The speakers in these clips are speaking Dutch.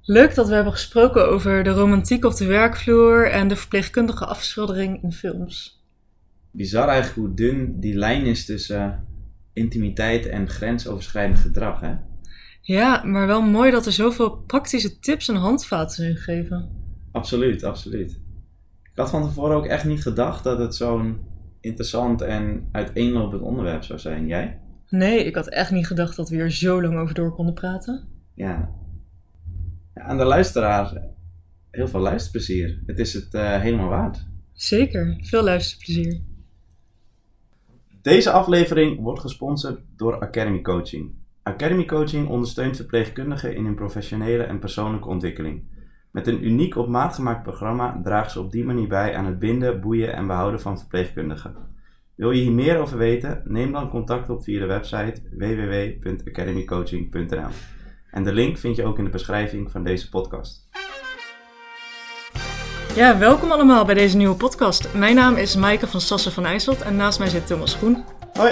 Leuk dat we hebben gesproken over de romantiek op de werkvloer en de verpleegkundige afschildering in films. Bizar eigenlijk hoe dun die lijn is tussen intimiteit en grensoverschrijdend gedrag, hè? Ja, maar wel mooi dat er zoveel praktische tips en handvaten zijn gegeven. Absoluut, absoluut. Ik had van tevoren ook echt niet gedacht dat het zo'n interessant en uiteenlopend onderwerp zou zijn. Jij? Nee, ik had echt niet gedacht dat we hier zo lang over door konden praten. Ja. Aan de luisteraar heel veel luisterplezier. Het is het helemaal waard. Zeker, veel luisterplezier. Deze aflevering wordt gesponsord door Academy Coaching. Academy Coaching ondersteunt verpleegkundigen in hun professionele en persoonlijke ontwikkeling. Met een uniek op maat gemaakt programma dragen ze op die manier bij aan het binden, boeien en behouden van verpleegkundigen. Wil je hier meer over weten? Neem dan contact op via de website www.academycoaching.nl. En de link vind je ook in de beschrijving van deze podcast. Ja, welkom allemaal bij deze nieuwe podcast. Mijn naam is Maaike van Sassen van IJsselt en naast mij zit Thomas Groen. Hoi!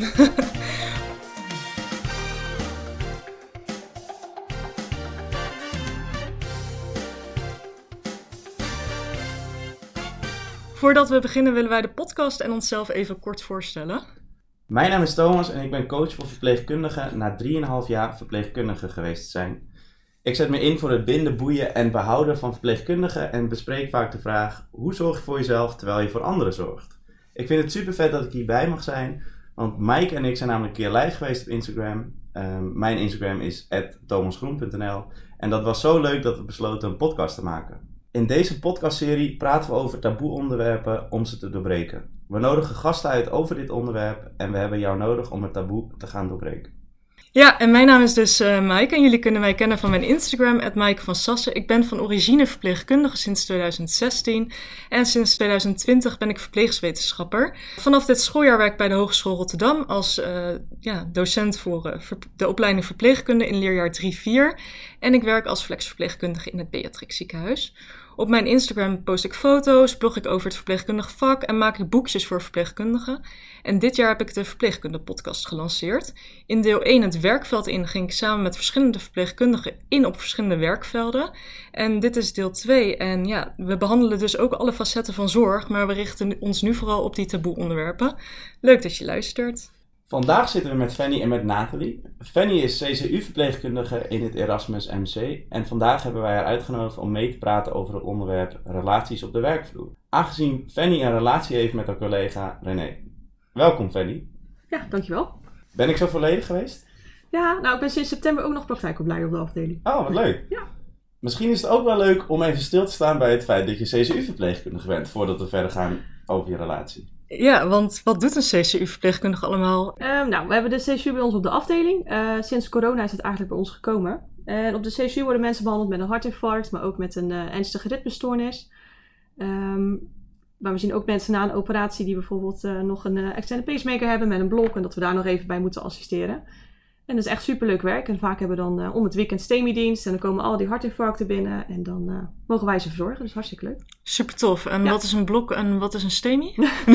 Voordat we beginnen willen wij de podcast en onszelf even kort voorstellen. Mijn naam is Thomas en ik ben coach voor verpleegkundigen na 3,5 jaar verpleegkundige geweest te zijn. Ik zet me in voor het binden, boeien en behouden van verpleegkundigen en bespreek vaak de vraag: hoe zorg je voor jezelf terwijl je voor anderen zorgt? Ik vind het super vet dat ik hierbij mag zijn, want Mike en ik zijn namelijk een keer live geweest op Instagram. Mijn Instagram is @thomasgroen.nl en dat was zo leuk dat we besloten een podcast te maken. In deze podcastserie praten we over taboe onderwerpen om ze te doorbreken. We nodigen gasten uit over dit onderwerp en we hebben jou nodig om het taboe te gaan doorbreken. Ja, en mijn naam is dus Maaike en jullie kunnen mij kennen van mijn Instagram, @Maaike van Sassen. Ik ben van origine verpleegkundige sinds 2016 en sinds 2020 ben ik verpleegwetenschapper. Vanaf dit schooljaar werk ik bij de Hogeschool Rotterdam als docent voor de opleiding verpleegkunde in leerjaar 3-4. En ik werk als flexverpleegkundige in het Beatrix ziekenhuis. Op mijn Instagram post ik foto's, blog ik over het verpleegkundige vak en maak ik boekjes voor verpleegkundigen. En dit jaar heb ik de verpleegkunde podcast gelanceerd. In deel 1 het werkveld in ging ik samen met verschillende verpleegkundigen in op verschillende werkvelden. En dit is deel 2 en ja, we behandelen dus ook alle facetten van zorg, maar we richten ons nu vooral op die taboe onderwerpen. Leuk dat je luistert. Vandaag zitten we met Fanny en met Nathalie. Fanny is CCU-verpleegkundige in het Erasmus MC en vandaag hebben wij haar uitgenodigd om mee te praten over het onderwerp relaties op de werkvloer. Aangezien Fanny een relatie heeft met haar collega René. Welkom Fanny. Ja, dankjewel. Ben ik zo volledig geweest? Ja, nou ik ben sinds september ook nog praktijkopleider op de afdeling. Oh, wat leuk. Ja. Misschien is het ook wel leuk om even stil te staan bij het feit dat je CCU-verpleegkundige bent, voordat we verder gaan over je relatie. Ja, want wat doet een CCU-verpleegkundige allemaal? We hebben de CCU bij ons op de afdeling. Sinds corona is het eigenlijk bij ons gekomen. En op de CCU worden mensen behandeld met een hartinfarct, maar ook met een ernstige ritmestoornis. Maar we zien ook mensen na een operatie die bijvoorbeeld nog een externe pacemaker hebben met een blok en dat we daar nog even bij moeten assisteren. En dat is echt superleuk werk. En vaak hebben we dan om het weekend STEMI-dienst en dan komen al die hartinfarcten binnen en dan mogen wij ze verzorgen. Dat is hartstikke leuk. Super tof. En Wat is een blok en wat is een STEMI?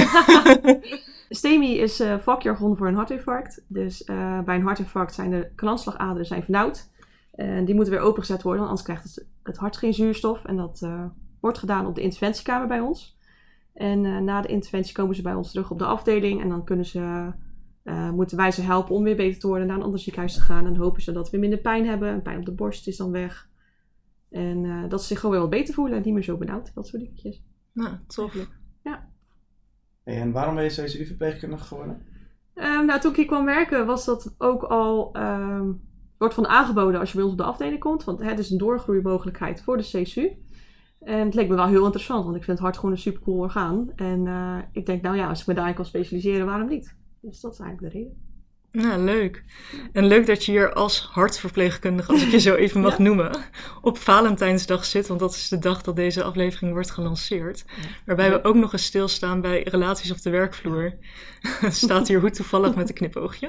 STEMI is vakjargon voor een hartinfarct. Dus bij een hartinfarct zijn de kransslagaderen vernauwd. En die moeten weer opengezet worden, anders krijgt het hart geen zuurstof. En dat wordt gedaan op de interventiekamer bij ons. En na de interventie komen ze bij ons terug op de afdeling en dan moeten wij ze helpen om weer beter te worden, naar een ander ziekenhuis te gaan. En dan hopen ze dat we weer minder pijn hebben. En pijn op de borst is dan weg. En dat ze zich gewoon weer wat beter voelen en niet meer zo benauwd. Dat soort dingetjes. Nou, tof. Ja. En waarom ben je CCU-verpleegkundige geworden? Toen ik hier kwam werken was dat ook al wordt van aangeboden als je bij ons op de afdeling komt. Want het is een doorgroeimogelijkheid voor de CCU. En het leek me wel heel interessant, want ik vind het hart gewoon een supercool orgaan. En ik denk, als ik me daarin kan specialiseren, waarom niet? Dus dat is eigenlijk de reden. Nou, leuk. En leuk dat je hier als hartverpleegkundige, als ik je zo even mag noemen, op Valentijnsdag zit. Want dat is de dag dat deze aflevering wordt gelanceerd. Ja. Waarbij we ook nog eens stilstaan bij relaties op de werkvloer. Staat hier hoe toevallig met een knipoogje.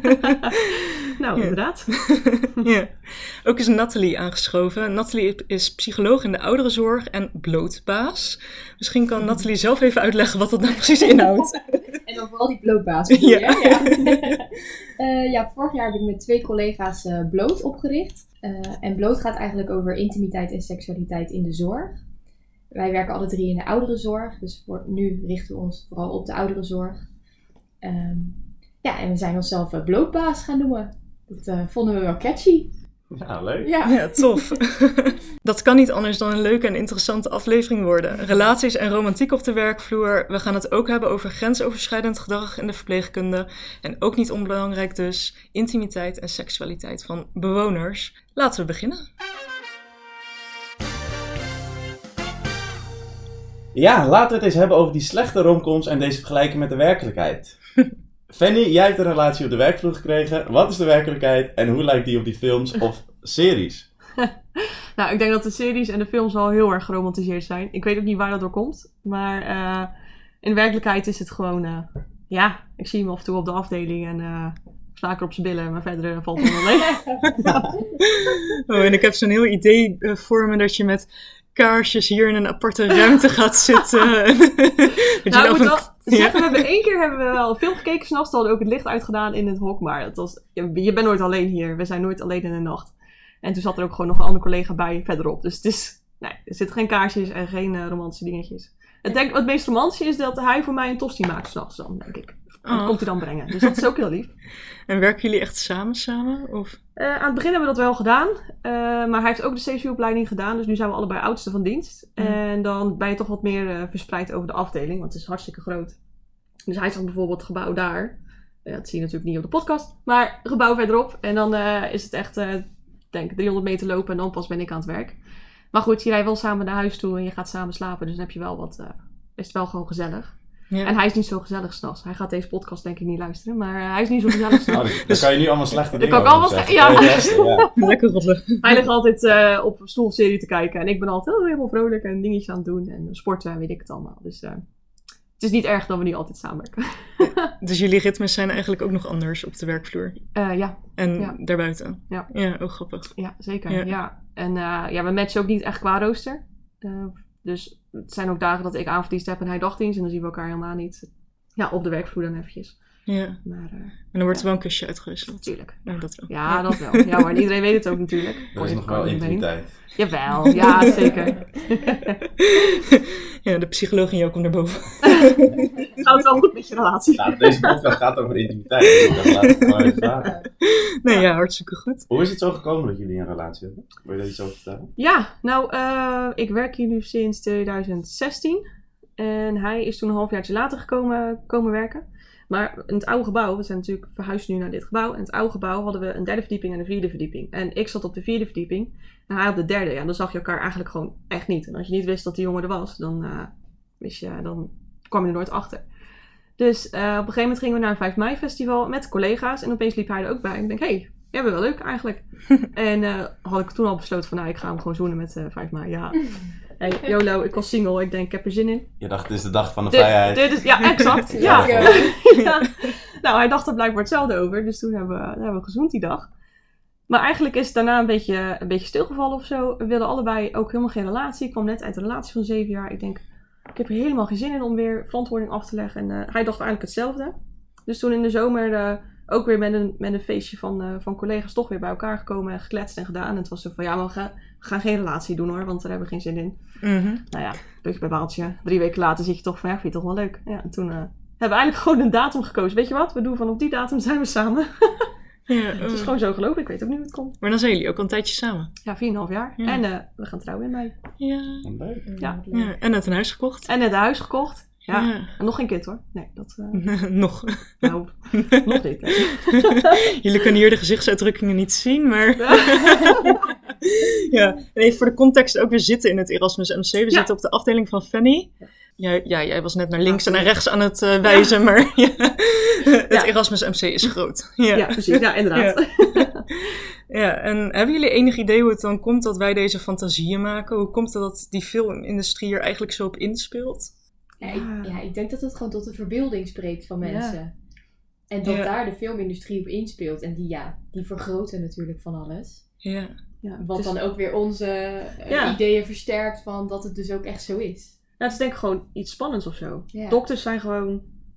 Inderdaad. Ja. Ook is Nathalie aangeschoven. Nathalie is psycholoog in de ouderenzorg en blootbaas. Misschien kan Nathalie zelf even uitleggen wat dat nou precies inhoudt. En dan vooral die blootbaas. bedoel je, hè? Ja. Vorig jaar heb ik met 2 collega's Bloot opgericht. En Bloot gaat eigenlijk over intimiteit en seksualiteit in de zorg. Wij werken alle 3 in de ouderenzorg. Dus voor nu richten we ons vooral op de ouderenzorg. En we zijn onszelf blootbaas gaan noemen. Dat vonden we wel catchy. Ja, leuk. Ja, tof. Dat kan niet anders dan een leuke en interessante aflevering worden. Relaties en romantiek op de werkvloer. We gaan het ook hebben over grensoverschrijdend gedrag in de verpleegkunde. En ook niet onbelangrijk dus, intimiteit en seksualiteit van bewoners. Laten we beginnen. Ja, laten we het eens hebben over die slechte romcoms en deze vergelijken met de werkelijkheid. Fanny, jij hebt een relatie op de werkvloer gekregen. Wat is de werkelijkheid en hoe lijkt die op die films of series? Nou, ik denk dat de series en de films wel heel erg geromantiseerd zijn. Ik weet ook niet waar dat door komt. Maar in de werkelijkheid is het gewoon... ik zie hem af en toe op de afdeling en sla ik er op zijn billen. Maar verder valt het wel mee. En ik heb zo'n heel idee voor me dat je met kaarsjes hier in een aparte ruimte gaat zitten. Ik moet wel zeggen, we hebben wel een film gekeken 's nachts. We hadden ook het licht uitgedaan in het hok. Maar je bent nooit alleen hier. We zijn nooit alleen in de nacht. En toen zat er ook gewoon nog een andere collega bij verderop. Dus er zitten geen kaarsjes en geen romantische dingetjes. Ik denk wat het meest romantische is dat hij voor mij een tosti maakt 's nachts dan, denk ik. Dat komt hij dan brengen. Dus dat is ook heel lief. En werken jullie echt samen? Of? Aan het begin hebben we dat wel gedaan. Maar hij heeft ook de CSU-opleiding gedaan. Dus nu zijn we allebei oudste van dienst. En dan ben je toch wat meer verspreid over de afdeling. Want het is hartstikke groot. Dus hij zag bijvoorbeeld het gebouw daar. Dat zie je natuurlijk niet op de podcast. Maar een gebouw verderop. En dan is het echt, denk 300 meter lopen. En dan pas ben ik aan het werk. Maar goed, je rijdt wel samen naar huis toe. En je gaat samen slapen. Dus dan heb je wel wat... is het wel gewoon gezellig. Ja. En hij is niet zo gezellig 's nachts. Hij gaat deze podcast denk ik niet luisteren. Maar hij is niet zo gezellig 's nachts. Dan kan je nu allemaal slechte dingen zeggen. Ja. Lekker roddelen. Hij ligt altijd op een stoelserie te kijken. En ik ben altijd helemaal vrolijk en dingetjes aan het doen. En sporten en weet ik het allemaal. Dus het is niet erg dat we nu altijd samenwerken. Dus jullie ritmes zijn eigenlijk ook nog anders op de werkvloer? Ja. En daarbuiten? Ja. Ja, ook grappig. Ja, zeker. Ja. En we matchen ook niet echt qua rooster. Dus het zijn ook dagen dat ik avonddienst heb en hij dagdienst. En dan zien we elkaar helemaal niet. Ja, op de werkvloer dan eventjes. Ja. Maar dan wordt er wel een kusje uitgewisseld. Natuurlijk. Ja, dat wel. Ja, dat wel. Ja, maar iedereen weet het ook natuurlijk. Er is nog wel intimiteit. Jawel, ja, zeker. Ja, de psycholoog in jou komt naar boven. Gaat het wel goed met je relatie? Ja, deze podcast gaat over intimiteit. Dus dat laat ik gewoon even vragen. Nee, ja, hartstikke goed. Hoe is het zo gekomen dat jullie een relatie hebben? Wil je daar iets over vertellen? Ja, nou, ik werk hier nu sinds 2016. En hij is toen een halfjaartje later komen werken. Maar in het oude gebouw, we zijn natuurlijk verhuisd nu naar dit gebouw. In het oude gebouw hadden we een 3e verdieping en een 4e verdieping. En ik zat op de 4e verdieping en hij op de 3e. Ja, dan zag je elkaar eigenlijk gewoon echt niet. En als je niet wist dat die jongen er was, dan kwam je er nooit achter. Dus op een gegeven moment gingen we naar een 5 mei festival met collega's. En opeens liep hij er ook bij. En ik denk, hey, jij bent wel leuk eigenlijk. En had ik toen al besloten van, ik ga hem gewoon zoenen met 5 mei. Ja. Hey, YOLO, ik was single. Ik denk, ik heb er zin in. Je dacht, dit is de dag van de vrijheid. Ja, exact. Ja. Nou, hij dacht er blijkbaar hetzelfde over. Dus toen hebben we gezoend die dag. Maar eigenlijk is het daarna een beetje stilgevallen of zo. We wilden allebei ook helemaal geen relatie. Ik kwam net uit een relatie van 7 jaar. Ik denk, ik heb er helemaal geen zin in om weer verantwoording af te leggen. En hij dacht eigenlijk hetzelfde. Dus toen in de zomer ook weer met een feestje van collega's toch weer bij elkaar gekomen en gekletst en gedaan. En het was zo van, ja, maar we gaan geen relatie doen hoor, want daar hebben we geen zin in. Mm-hmm. Nou ja, beetje bij baaltje. 3 weken later zit je toch van, ja, vind je het toch wel leuk. Ja, en toen hebben we eigenlijk gewoon een datum gekozen. Weet je wat? We doen vanaf die datum zijn we samen. Ja, het is gewoon zo gelopen. Ik weet ook niet hoe het komt. Maar dan zijn jullie ook al een tijdje samen. Ja, 4,5 jaar. Ja. En we gaan trouwen in mei. Ja. Ja. En net een huis gekocht. En net een huis gekocht. Ja. En nog geen kind hoor. Nee, dat... nog. Nou, nog niet. Jullie kunnen hier de gezichtsuitdrukkingen niet zien, maar... Ja, en even voor de context ook weer zitten in het Erasmus MC. We zitten op de afdeling van Fanny. Ja, jij was net naar links en naar rechts aan het wijzen, maar het Erasmus MC is groot. Ja, precies. Ja, inderdaad. Ja, en hebben jullie enig idee hoe het dan komt dat wij deze fantasieën maken? Hoe komt het dat die filmindustrie er eigenlijk zo op inspeelt? Ja, ik denk dat het gewoon tot de verbeelding spreekt van mensen. Ja. En dat daar de filmindustrie op inspeelt. En die vergroten natuurlijk van alles. Ja. Wat dan ook weer onze ideeën versterkt van dat het dus ook echt zo is. Ja, het is denk ik gewoon iets spannends of zo. Ja. Dokters zijn gewoon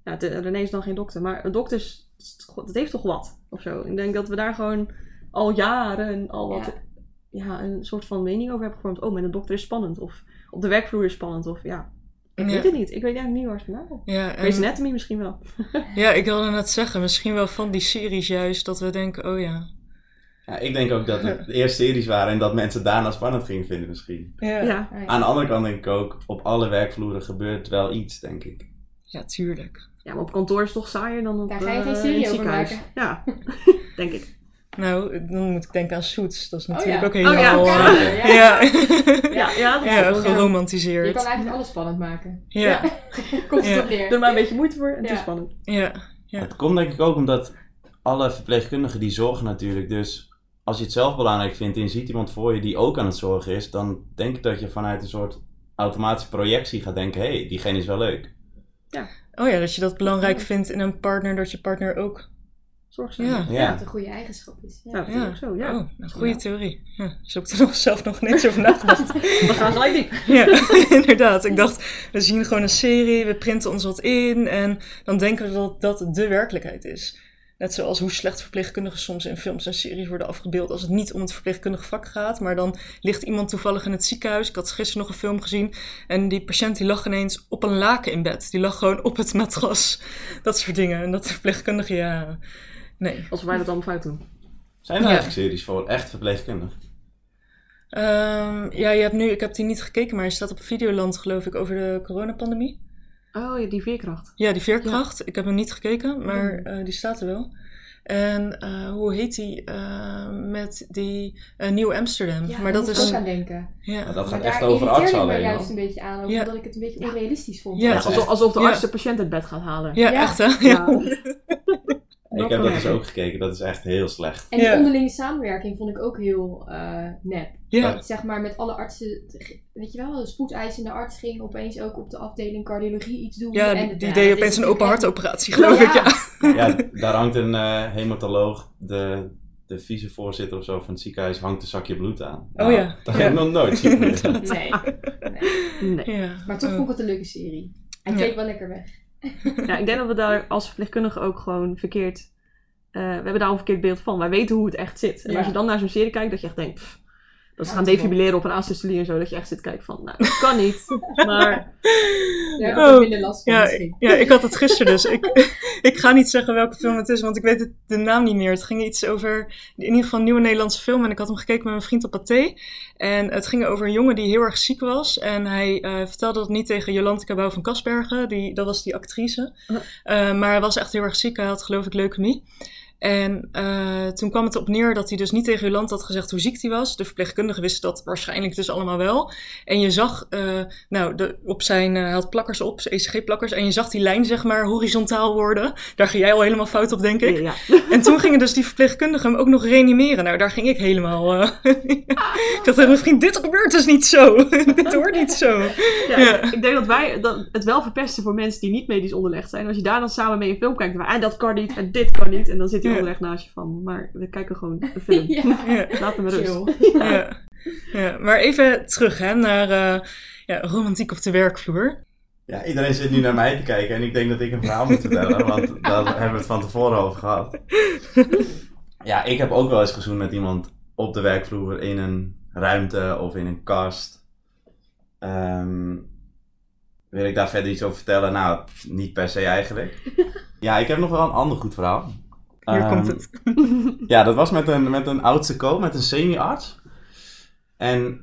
René is dan geen dokter, maar een dokter, dat heeft toch wat, of zo. Ik denk dat we daar gewoon al jaren een soort van mening over hebben gevormd. Oh, met een dokter is spannend, of op de werkvloer is spannend, of ik weet het niet. Ik weet eigenlijk niet waar het vandaan komt. Grey's Anatomy misschien wel. Ja, ik wilde net zeggen, misschien wel van die series juist, dat we denken, oh ja. Ja, ik denk ook dat het eerst series waren en dat mensen daarna spannend gingen vinden misschien. Ja. Aan de andere kant denk ik ook, op alle werkvloeren gebeurt wel iets, denk ik. Ja, tuurlijk. Ja, maar op kantoor is het toch saaier dan op Daar ga je geen in serie het over ziekenhuis. maken. Ja, denk ik. Nou, dan moet ik denken aan Suits. Dat is natuurlijk ja. ook helemaal... Ja, dat is wel geromantiseerd. Je kan eigenlijk alles spannend maken. Ja. Komt het op neer. Doe maar een beetje moeite voor en het is spannend. Ja. Het komt denk ik ook omdat alle verpleegkundigen die zorgen natuurlijk. Dus als je het zelf belangrijk vindt en je ziet iemand voor je die ook aan het zorgen is, dan denk ik dat je vanuit een soort automatische projectie gaat denken, hé, diegene is wel leuk. Ja. Oh ja, dat je dat belangrijk vindt in een partner, dat je partner ook... Zorgzaam. Ja. Dat het een goede eigenschap is. Ja. Dat is ook zo, ja. Oh, een goede theorie. Ja, zo heb ik er zelf nog niet over nagedacht. We gaan gelijk diep. Ja, inderdaad. Ik dacht, we zien gewoon een serie, we printen ons wat in en dan denken we dat dat de werkelijkheid is. Net zoals hoe slecht verpleegkundigen soms in films en series worden afgebeeld als het niet om het verpleegkundige vak gaat. Maar dan ligt iemand toevallig in het ziekenhuis. Ik had gisteren nog een film gezien en die patiënt die lag ineens op een laken in bed. Die lag gewoon op het matras. Dat soort dingen. En dat de verpleegkundige, nee. Als wij dat allemaal fout doen. Zijn er eigenlijk series voor echt verpleegkundigen? Je hebt nu, ik heb die niet gekeken, maar hij staat op Videoland geloof ik over de coronapandemie. Oh ja, die veerkracht. Ja, die veerkracht. Ja. Ik heb hem niet gekeken, maar die staat er wel. En hoe heet die met die Nieuw Amsterdam? Ja, maar dat is ook aan denken. Ja, dat gaat maar echt daar over arts irriteerde ik me alleen. juist een beetje aan, omdat ik het een beetje onrealistisch vond. Ja, alsof de arts de patiënt uit bed gaat halen. Ja, echt hè? Ja. Ik heb dat dus ook gekeken, dat is echt heel slecht. En die onderlinge samenwerking vond ik ook heel nep. Ja. Zeg maar met alle artsen, weet je wel, de spoedeisende arts ging opeens ook op de afdeling cardiologie iets doen. Ja, en die deed opeens een open hartoperatie geloof ik. Ja, daar hangt een hematoloog, de vicevoorzitter of zo van het ziekenhuis, hangt een zakje bloed aan. Nou, ja. Dat heb ik nog nooit zien. Nee. Ja. Maar toch vond ik het een leuke serie. Hij keek wel lekker weg. Ja, ik denk dat we daar als verpleegkundigen ook gewoon verkeerd... we hebben daar een verkeerd beeld van. Wij weten hoe het echt zit. En als je dan naar zo'n serie kijkt, dat je echt denkt... dat ze gaan defibrilleren op een asystolie en zo. Dat je echt zit te kijken van, nou, dat kan niet. Maar... Ja, ik heb minder last van misschien. Ja, ik had het gisteren dus. Ik ga niet zeggen welke film het is, want ik weet de naam niet meer. Het ging iets over, in ieder geval een nieuwe Nederlandse film. En ik had hem gekeken met mijn vriend op Pathé. En het ging over een jongen die heel erg ziek was. En hij vertelde dat niet tegen Jolante Cabau van Kasbergen. Dat was die actrice. Maar hij was echt heel erg ziek. Hij had geloof ik leukemie. En toen kwam het op neer dat hij dus niet tegen Jolante had gezegd hoe ziek hij was. De verpleegkundige wist dat waarschijnlijk dus allemaal wel. En je zag, op zijn, hij had plakkers op, ECG-plakkers. En je zag die lijn zeg maar horizontaal worden. Daar ging jij al helemaal fout op, denk ik. Ja. En toen gingen dus die verpleegkundigen hem ook nog reanimeren. Nou, daar ging ik helemaal... Ik dacht tegen mijn vriend, dit gebeurt dus niet zo. Dit hoort niet zo. Ja. Ik denk dat wij het wel verpesten voor mensen die niet medisch onderlegd zijn. Als je daar dan samen mee een film kijkt, en dat kan niet en dit kan niet. En dan zit hij onderlegd naast je van, maar we kijken gewoon een film. Laat hem rust. Ja, maar even terug hè, naar romantiek op de werkvloer. Ja, iedereen zit nu naar mij te kijken en ik denk dat ik een verhaal moet vertellen, want daar hebben we het van tevoren over gehad. Ja, ik heb ook wel eens gezoend met iemand op de werkvloer in een ruimte of in een kast. Wil ik daar verder iets over vertellen? Nou, niet per se eigenlijk. Ja, ik heb nog wel een ander goed verhaal. Hier komt het. Ja, dat was met een oudste co, met een semi-arts. En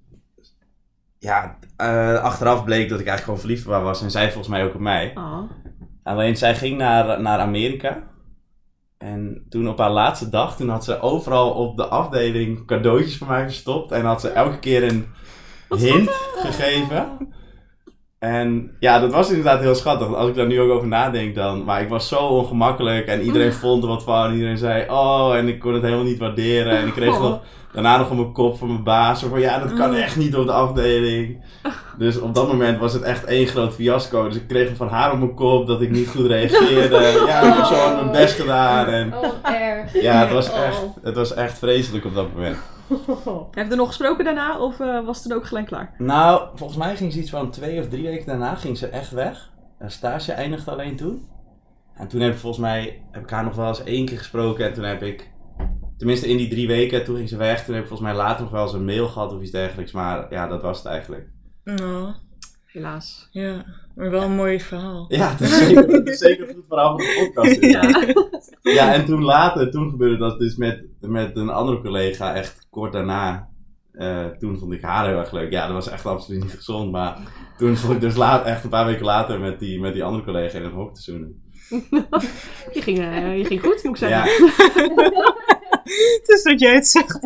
ja, achteraf bleek dat ik eigenlijk gewoon verliefd op haar was. En zij volgens mij ook op mij. Oh. Alleen zij ging naar Amerika. En toen op haar laatste dag, toen had ze overal op de afdeling cadeautjes voor mij verstopt. En had ze elke keer een hint gegeven. En ja, dat was inderdaad heel schattig. Als ik daar nu ook over nadenk dan. Maar ik was zo ongemakkelijk. En iedereen vond er wat van. Iedereen zei, oh, en ik kon het helemaal niet waarderen. En ik kreeg daarna nog op mijn kop van mijn baas. Van ja, dat kan echt niet op de afdeling. Dus op dat moment was het echt één groot fiasco. Dus ik kreeg van haar op mijn kop dat ik niet goed reageerde. Ja, ik heb zo hard mijn best gedaan. En erg. ja, het was echt vreselijk op dat moment. Heb je er nog gesproken daarna of was het dan ook gelijk klaar? Nou, volgens mij ging ze iets van 2 of 3 weken daarna ging ze echt weg. stage eindigde alleen toen. En toen heb ik haar nog wel eens 1 keer gesproken. En toen heb ik, tenminste in die 3 weken, toen ging ze weg. Toen heb ik volgens mij later nog wel eens een mail gehad of iets dergelijks. Maar ja, dat was het eigenlijk. Oh, Helaas. ja, maar wel een mooi verhaal. Ja, het is zeker een goed verhaal van de podcast. Ja, en toen gebeurde dat dus met een andere collega echt kort daarna. Toen vond ik haar heel erg leuk. Ja, dat was echt absoluut niet gezond. Maar toen vond ik dus echt een paar weken later met die andere collega in het hok te zoenen. Je ging goed, moet ik zeggen. Ja, Het is dat jij het zegt.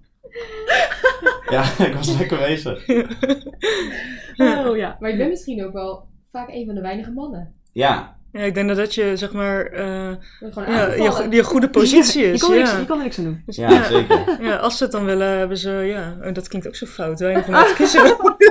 ja, ik was lekker bezig. Oh ja. Maar je bent misschien ook wel vaak een van de weinige mannen. Ja, Ja, ik denk dat je, zeg maar, Dat gewoon ja, aangevallen. je goede positie is. Je kan er niks aan doen. Dus ja, zeker. Ja, als ze het dan willen, hebben ze, oh, dat klinkt ook zo fout. Weinig om uit te kiezen.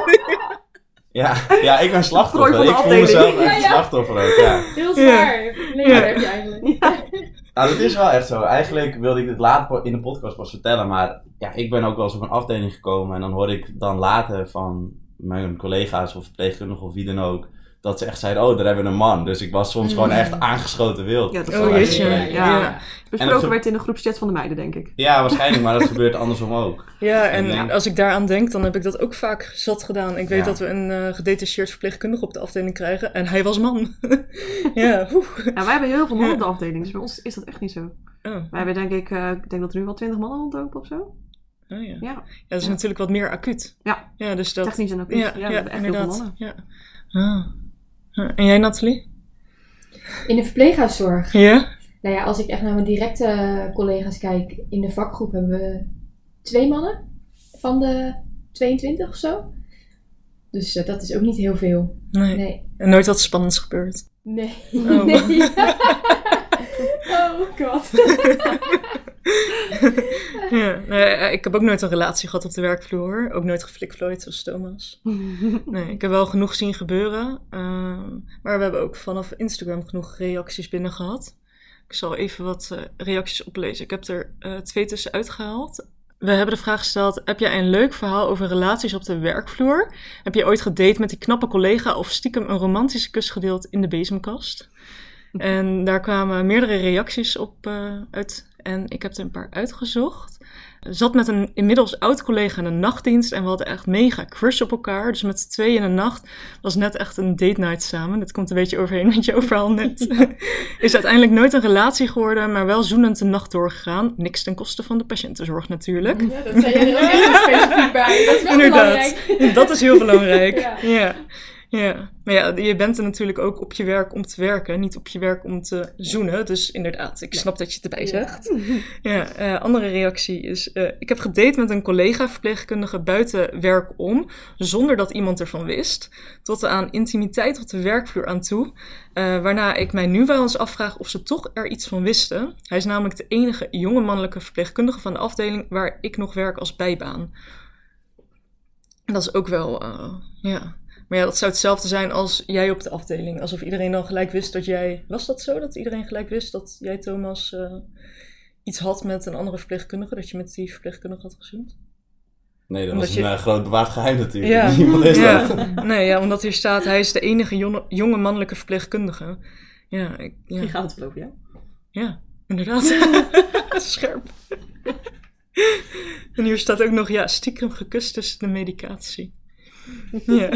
Ja, ik ben slachtoffer. Prooi van de Ik voel afdeling. mezelf echt Ja. slachtoffer ook, ja. Heel zwaar. Nee, Ja. dat heb je eigenlijk. Nou, dat is wel echt zo. Eigenlijk wilde ik dit later in de podcast pas vertellen, maar ja, ik ben ook wel eens op een afdeling gekomen en dan hoor ik dan later van mijn collega's of verpleegkundigen of wie dan ook, dat ze echt zeiden, oh, daar hebben we een man. Dus ik was soms gewoon echt aangeschoten wild. Ja, dat is Oh, wel jeetje. echt, Ja. Besproken werd in de groepschat van de meiden, denk ik. Ja, waarschijnlijk, maar dat gebeurt andersom ook. Ja, en Ja. als ik daaraan denk, dan heb ik dat ook vaak zat gedaan. Ik weet Ja. dat we een gedetacheerd verpleegkundige op de afdeling krijgen en hij was man. Ja, Ja, wij hebben heel veel mannen op de afdeling, dus bij ons is dat echt niet zo. Oh, Wij hebben denk ik denk dat er nu wel 20 mannen rondlopen of zo. oh ja. Ja, Ja, dat is Ja. natuurlijk wat meer acuut. Ja. Ja, dus dat... technisch en acuut. Ja, we hebben echt heel veel mannen. Ja. Ah. En jij, Nathalie? In de verpleeghuiszorg. Ja? Nou ja, als ik echt naar mijn directe collega's kijk, in de vakgroep hebben we 2 mannen van de 22 of zo. Dus dat is ook niet heel veel. Nee. Nee. En nooit wat spannends gebeurd. Nee. Oh. Nee. Oh god. Ja. Nee, ik heb ook nooit een relatie gehad op de werkvloer. Ook nooit geflikvlooid zoals Thomas. Nee, ik heb wel genoeg zien gebeuren. Maar we hebben ook vanaf Instagram genoeg reacties binnen gehad. Ik zal even wat reacties oplezen. Ik heb er 2 tussenuit gehaald. We hebben de vraag gesteld, heb jij een leuk verhaal over relaties op de werkvloer? Heb je ooit gedate met die knappe collega of stiekem een romantische kus gedeeld in de bezemkast? En daar kwamen meerdere reacties op uit en ik heb er een paar uitgezocht. Zat met een inmiddels oud collega in een nachtdienst en we hadden echt mega crush op elkaar. Dus met z'n tweeën in de nacht was net echt een date night samen. Dat komt een beetje overheen met jouw verhaal net. Is uiteindelijk nooit een relatie geworden, maar wel zoenend de nacht doorgegaan. Niks ten koste van de patiëntenzorg natuurlijk. Ja, dat zei jij er ook heel specifiek bij. Dat is wel Inderdaad, belangrijk. dat is heel belangrijk. Ja. Ja. Maar ja, je bent er natuurlijk ook op je werk om te werken, niet op je werk om te zoenen. Dus inderdaad, ik snap dat je het erbij zegt. Ja, andere reactie is, ik heb gedate met een collega verpleegkundige buiten werk om, zonder dat iemand ervan wist, tot aan intimiteit op de werkvloer aan toe. Waarna ik mij nu wel eens afvraag of ze toch er iets van wisten. Hij is namelijk de enige jonge mannelijke verpleegkundige van de afdeling waar ik nog werk als bijbaan. Dat is ook wel, ja... Maar ja, dat zou hetzelfde zijn als jij op de afdeling. Alsof iedereen dan gelijk wist dat jij... Was dat zo? Dat iedereen gelijk wist dat jij, Thomas, iets had met een andere verpleegkundige? Dat je met die verpleegkundige had gezoend? Nee, dat Omdat was een groot bewaard geheim natuurlijk. Ja. Niemand is Ja. dat. Nee, ja, omdat hier staat... Hij is de enige jonge mannelijke verpleegkundige. Ja, Die gaat het geloven, ja. Ja, inderdaad. Scherp. En hier staat ook nog... Ja, stiekem gekust tussen de medicatie. Ja.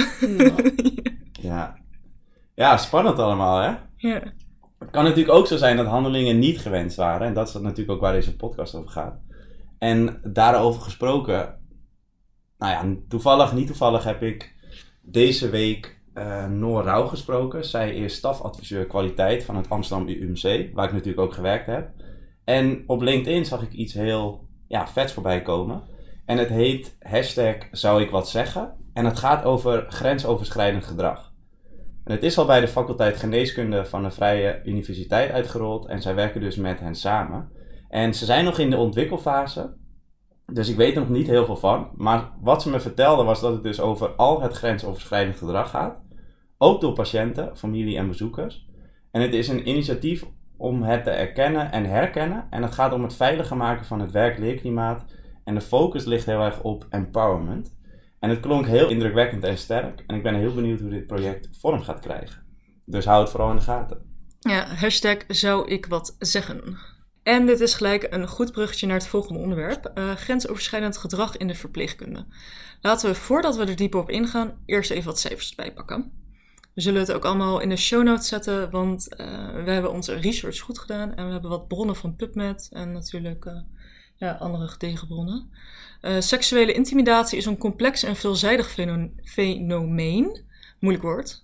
Ja, spannend allemaal, hè? Ja. Het kan natuurlijk ook zo zijn dat handelingen niet gewenst waren. En dat is natuurlijk ook waar deze podcast over gaat. En daarover gesproken... Nou ja, niet toevallig heb ik deze week Noor Rauw gesproken. Zij is stafadviseur kwaliteit van het Amsterdam UMC, waar ik natuurlijk ook gewerkt heb. En op LinkedIn zag ik iets heel vets voorbij komen. En het heet #zou ik wat zeggen. En het gaat over grensoverschrijdend gedrag. En het is al bij de faculteit geneeskunde van de Vrije Universiteit uitgerold. En zij werken dus met hen samen. En ze zijn nog in de ontwikkelfase. Dus ik weet er nog niet heel veel van. Maar wat ze me vertelde was dat het dus over al het grensoverschrijdend gedrag gaat. Ook door patiënten, familie en bezoekers. En het is een initiatief om het te erkennen en herkennen. En het gaat om het veiliger maken van het werk-leerklimaat. En de focus ligt heel erg op empowerment. En het klonk heel indrukwekkend en sterk. En ik ben heel benieuwd hoe dit project vorm gaat krijgen. Dus hou het vooral in de gaten. Ja, hashtag zou ik wat zeggen. En dit is gelijk een goed bruggetje naar het volgende onderwerp. Grensoverschrijdend gedrag in de verpleegkunde. Laten we, voordat we er dieper op ingaan, eerst even wat cijfers erbij pakken. We zullen het ook allemaal in de show notes zetten, want we hebben onze research goed gedaan. En we hebben wat bronnen van PubMed en natuurlijk andere gedegen bronnen. Seksuele intimidatie is een complex en veelzijdig fenomeen. Moeilijk woord.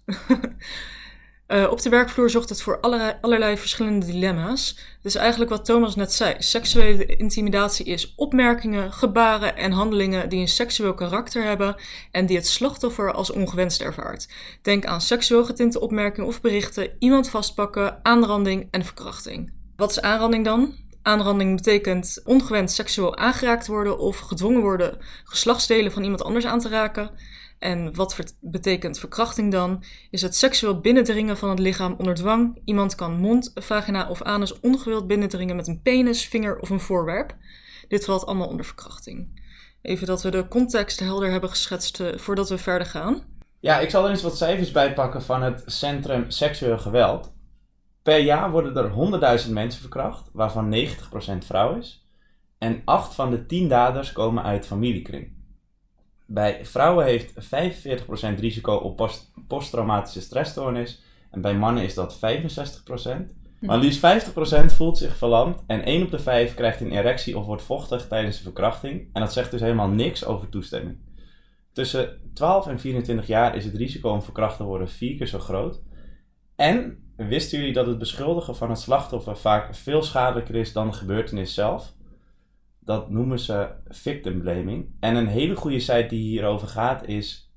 Op de werkvloer zorgt het voor allerlei verschillende dilemma's. Dus eigenlijk wat Thomas net zei. Seksuele intimidatie is opmerkingen, gebaren en handelingen die een seksueel karakter hebben en die het slachtoffer als ongewenst ervaart. Denk aan seksueel getinte opmerkingen of berichten, iemand vastpakken, aanranding en verkrachting. Wat is aanranding dan? Aanranding betekent ongewenst seksueel aangeraakt worden of gedwongen worden geslachtsdelen van iemand anders aan te raken. En wat betekent verkrachting dan? Is het seksueel binnendringen van het lichaam onder dwang. Iemand kan mond, vagina of anus ongewild binnendringen met een penis, vinger of een voorwerp. Dit valt allemaal onder verkrachting. Even dat we de context helder hebben geschetst voordat we verder gaan. Ja, ik zal er eens wat cijfers bij pakken van het Centrum Seksueel Geweld. Per jaar worden er 100.000 mensen verkracht, waarvan 90% vrouw is. En 8 van de 10 daders komen uit familiekring. Bij vrouwen heeft 45% risico op posttraumatische stressstoornis. En bij mannen is dat 65%. Maar liefst 50% voelt zich verlamd. En 1 op de 5 krijgt een erectie of wordt vochtig tijdens de verkrachting. En dat zegt dus helemaal niks over toestemming. Tussen 12 en 24 jaar is het risico om verkracht te worden 4 keer zo groot. En wisten jullie dat het beschuldigen van het slachtoffer vaak veel schadelijker is dan de gebeurtenis zelf? Dat noemen ze victim blaming. En een hele goede site die hierover gaat is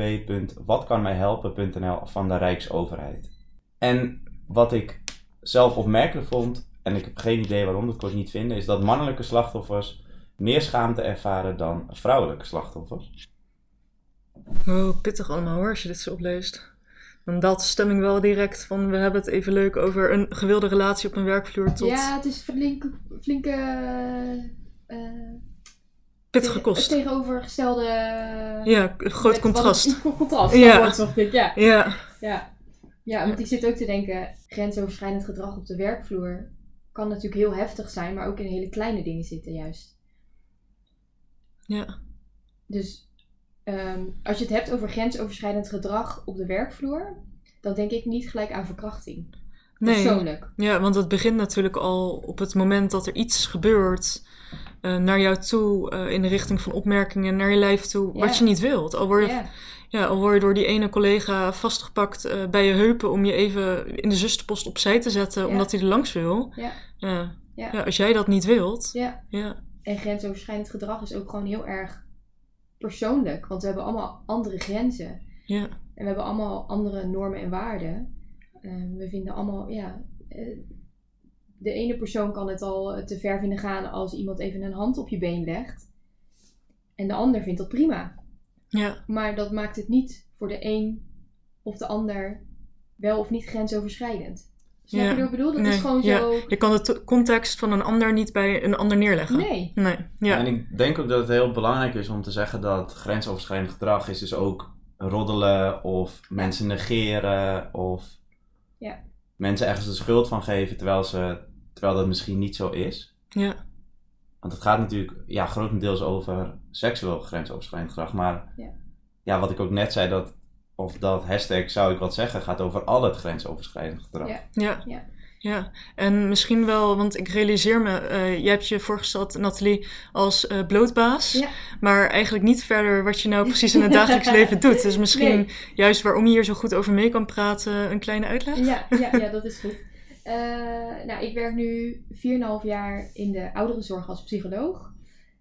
www.watkanmijhelpen.nl van de Rijksoverheid. En wat ik zelf opmerkelijk vond, en ik heb geen idee waarom, dat kon ik niet vinden, is dat mannelijke slachtoffers meer schaamte ervaren dan vrouwelijke slachtoffers. Oh, pittig allemaal hoor, als je dit zo opleest. Dan daalt de stemming wel direct van we hebben het even leuk over een gewilde relatie op een werkvloer tot... Ja, het is flinke pittige kost. Tegenovergestelde... Ja, een groot contrast. Contrast, ja. dat wordt zo'n ding, ja. Ja. Ja, want ik zit ook te denken, grensoverschrijdend gedrag op de werkvloer kan natuurlijk heel heftig zijn, maar ook in hele kleine dingen zitten juist. Ja. Dus als je het hebt over grensoverschrijdend gedrag op de werkvloer, dan denk ik niet gelijk aan verkrachting. Nee. Persoonlijk. Ja, want het begint natuurlijk al op het moment dat er iets gebeurt naar jou toe, in de richting van opmerkingen naar je lijf toe, wat je niet wilt. Al word je door die ene collega vastgepakt bij je heupen om je even in de zusterpost opzij te zetten, omdat hij er langs wil. Ja, als jij dat niet wilt. Ja. En grensoverschrijdend gedrag is ook gewoon heel erg persoonlijk, want we hebben allemaal andere grenzen. Ja. En we hebben allemaal andere normen en waarden. We vinden allemaal, de ene persoon kan het al te ver vinden gaan als iemand even een hand op je been legt. En de ander vindt dat prima. Ja. Maar dat maakt het niet voor de een of de ander wel of niet grensoverschrijdend. Snap je wat ik bedoel? Dat is gewoon zo... Je kan de context van een ander niet bij een ander neerleggen. Nee. Ja. En ik denk ook dat het heel belangrijk is om te zeggen dat grensoverschrijdend gedrag is dus ook roddelen of mensen negeren of mensen ergens de schuld van geven terwijl dat misschien niet zo is. Ja. Want het gaat natuurlijk grotendeels over seksueel grensoverschrijdend gedrag. Maar wat ik ook net zei, dat hashtag zou ik wat zeggen, gaat over al het grensoverschrijdend gedrag. Ja, en misschien wel, want ik realiseer me, jij hebt je voorgesteld, Nathalie, als blootbaas. Maar eigenlijk niet verder wat je nou precies in het dagelijks leven doet. Dus misschien juist waarom je hier zo goed over mee kan praten, een kleine uitleg? Ja, dat is goed. Ik werk nu 4,5 jaar in de ouderenzorg als psycholoog.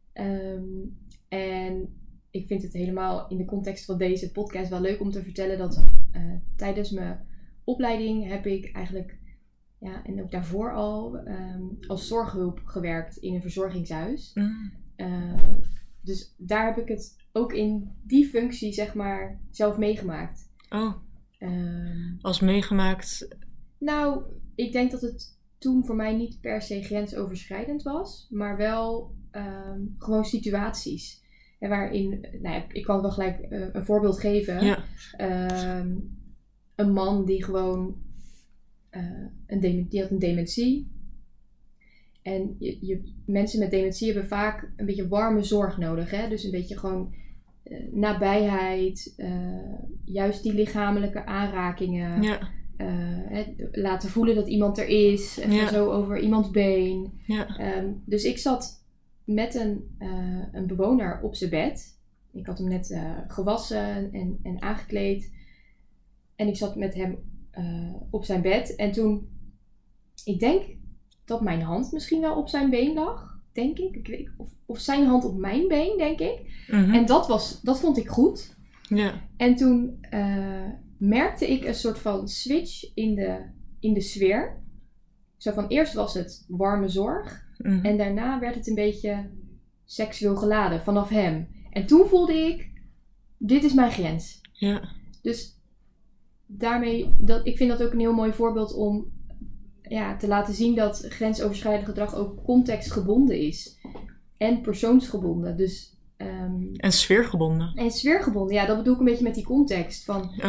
En ik vind het helemaal in de context van deze podcast wel leuk om te vertellen dat tijdens mijn opleiding heb ik eigenlijk, en ook daarvoor al, als zorghulp gewerkt in een verzorgingshuis. Dus daar heb ik het ook in die functie, zeg maar, zelf meegemaakt. Oh, als meegemaakt? Nou, ik denk dat het toen voor mij niet per se grensoverschrijdend was, maar wel gewoon situaties. En waarin, ik kan wel gelijk een voorbeeld geven. een man die gewoon die had een dementie. En mensen met dementie hebben vaak een beetje warme zorg nodig. Hè? Dus een beetje gewoon nabijheid, juist die lichamelijke aanrakingen. Ja. Laten voelen dat iemand er is. Even zo over iemands been. Ja. Dus ik zat met een bewoner op zijn bed. Ik had hem net gewassen en aangekleed. En ik zat met hem op zijn bed. En toen, ik denk dat mijn hand misschien wel op zijn been lag. Denk ik. Ik weet, of zijn hand op mijn been, denk ik. Mm-hmm. En dat vond ik goed. Ja. En toen merkte ik een soort van switch in de sfeer. Zo van, eerst was het warme zorg. Mm-hmm. En daarna werd het een beetje seksueel geladen vanaf hem. En toen voelde ik, dit is mijn grens. Ja. Dus daarmee, ik vind dat ook een heel mooi voorbeeld om te laten zien dat grensoverschrijdend gedrag ook contextgebonden is. En persoonsgebonden. Dus, en sfeergebonden. En sfeergebonden, ja, dat bedoel ik een beetje met die context.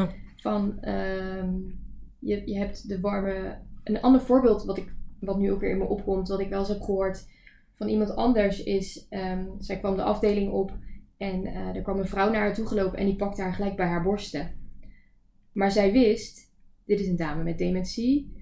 Je hebt de warme... Een ander voorbeeld wat nu ook weer in me opkomt, wat ik wel eens heb gehoord van iemand anders is, zij kwam de afdeling op en er kwam een vrouw naar haar toe gelopen en die pakte haar gelijk bij haar borsten. Maar zij wist, dit is een dame met dementie,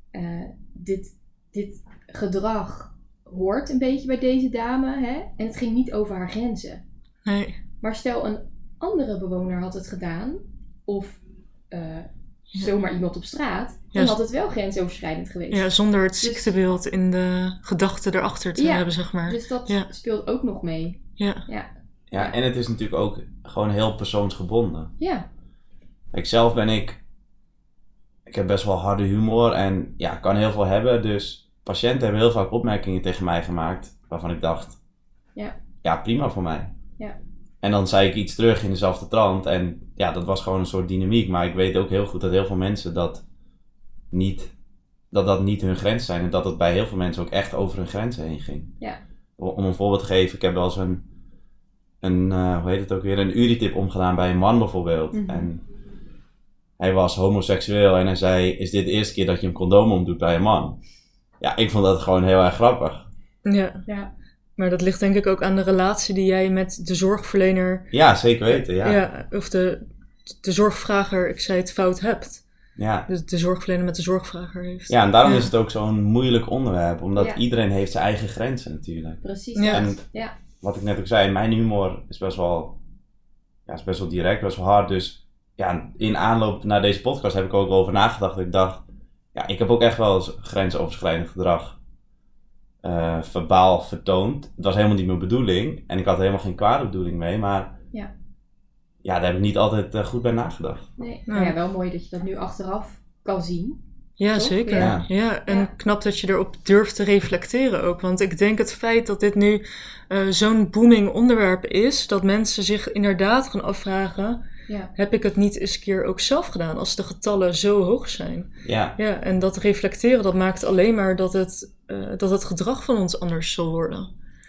dit gedrag hoort een beetje bij deze dame, hè? En het ging niet over haar grenzen. Nee. Maar stel een andere bewoner had het gedaan, of zomaar iemand op straat, dan had het wel grensoverschrijdend geweest. Ja, zonder het ziektebeeld in de gedachten erachter te hebben, zeg maar. Dus dat speelt ook nog mee. Ja, en het is natuurlijk ook gewoon heel persoonsgebonden. Ja. Zelf ik heb best wel harde humor en ja, kan heel veel hebben. Dus patiënten hebben heel vaak opmerkingen tegen mij gemaakt waarvan ik dacht, ja prima voor mij. Ja. En dan zei ik iets terug in dezelfde trant en ja, dat was gewoon een soort dynamiek. Maar ik weet ook heel goed dat heel veel mensen dat niet hun grens zijn. En dat het bij heel veel mensen ook echt over hun grenzen heen ging. Ja. Om een voorbeeld te geven, ik heb wel eens een URI-tip omgedaan bij een man bijvoorbeeld. Mm-hmm. En hij was homoseksueel en hij zei, is dit de eerste keer dat je een condoom omdoet bij een man? Ja, ik vond dat gewoon heel erg grappig. Ja. Maar dat ligt denk ik ook aan de relatie die jij met de zorgverlener... Ja, zeker weten, ja. Of de zorgvrager, ik zei het fout, hebt. Ja. Dus de zorgverlener met de zorgvrager heeft. Ja, en daarom is het ook zo'n moeilijk onderwerp. Omdat iedereen heeft zijn eigen grenzen natuurlijk. Precies. Ja. En wat ik net ook zei, mijn humor is best wel direct, best wel hard. Dus ja, in aanloop naar deze podcast heb ik ook over nagedacht. Ik dacht, ja, ik heb ook echt wel eens grensoverschrijdend gedrag verbaal vertoond. Het was helemaal niet mijn bedoeling. En ik had er helemaal geen kwade bedoeling mee. Maar ja, daar heb ik niet altijd goed bij nagedacht. Nee, maar wel mooi dat je dat nu achteraf kan zien. Ja, toch? zeker. Ja, en knap dat je erop durft te reflecteren ook. Want ik denk het feit dat dit nu zo'n booming onderwerp is, dat mensen zich inderdaad gaan afvragen, heb ik het niet eens een keer ook zelf gedaan als de getallen zo hoog zijn? Ja, en dat reflecteren, dat maakt alleen maar dat het gedrag van ons anders zal worden.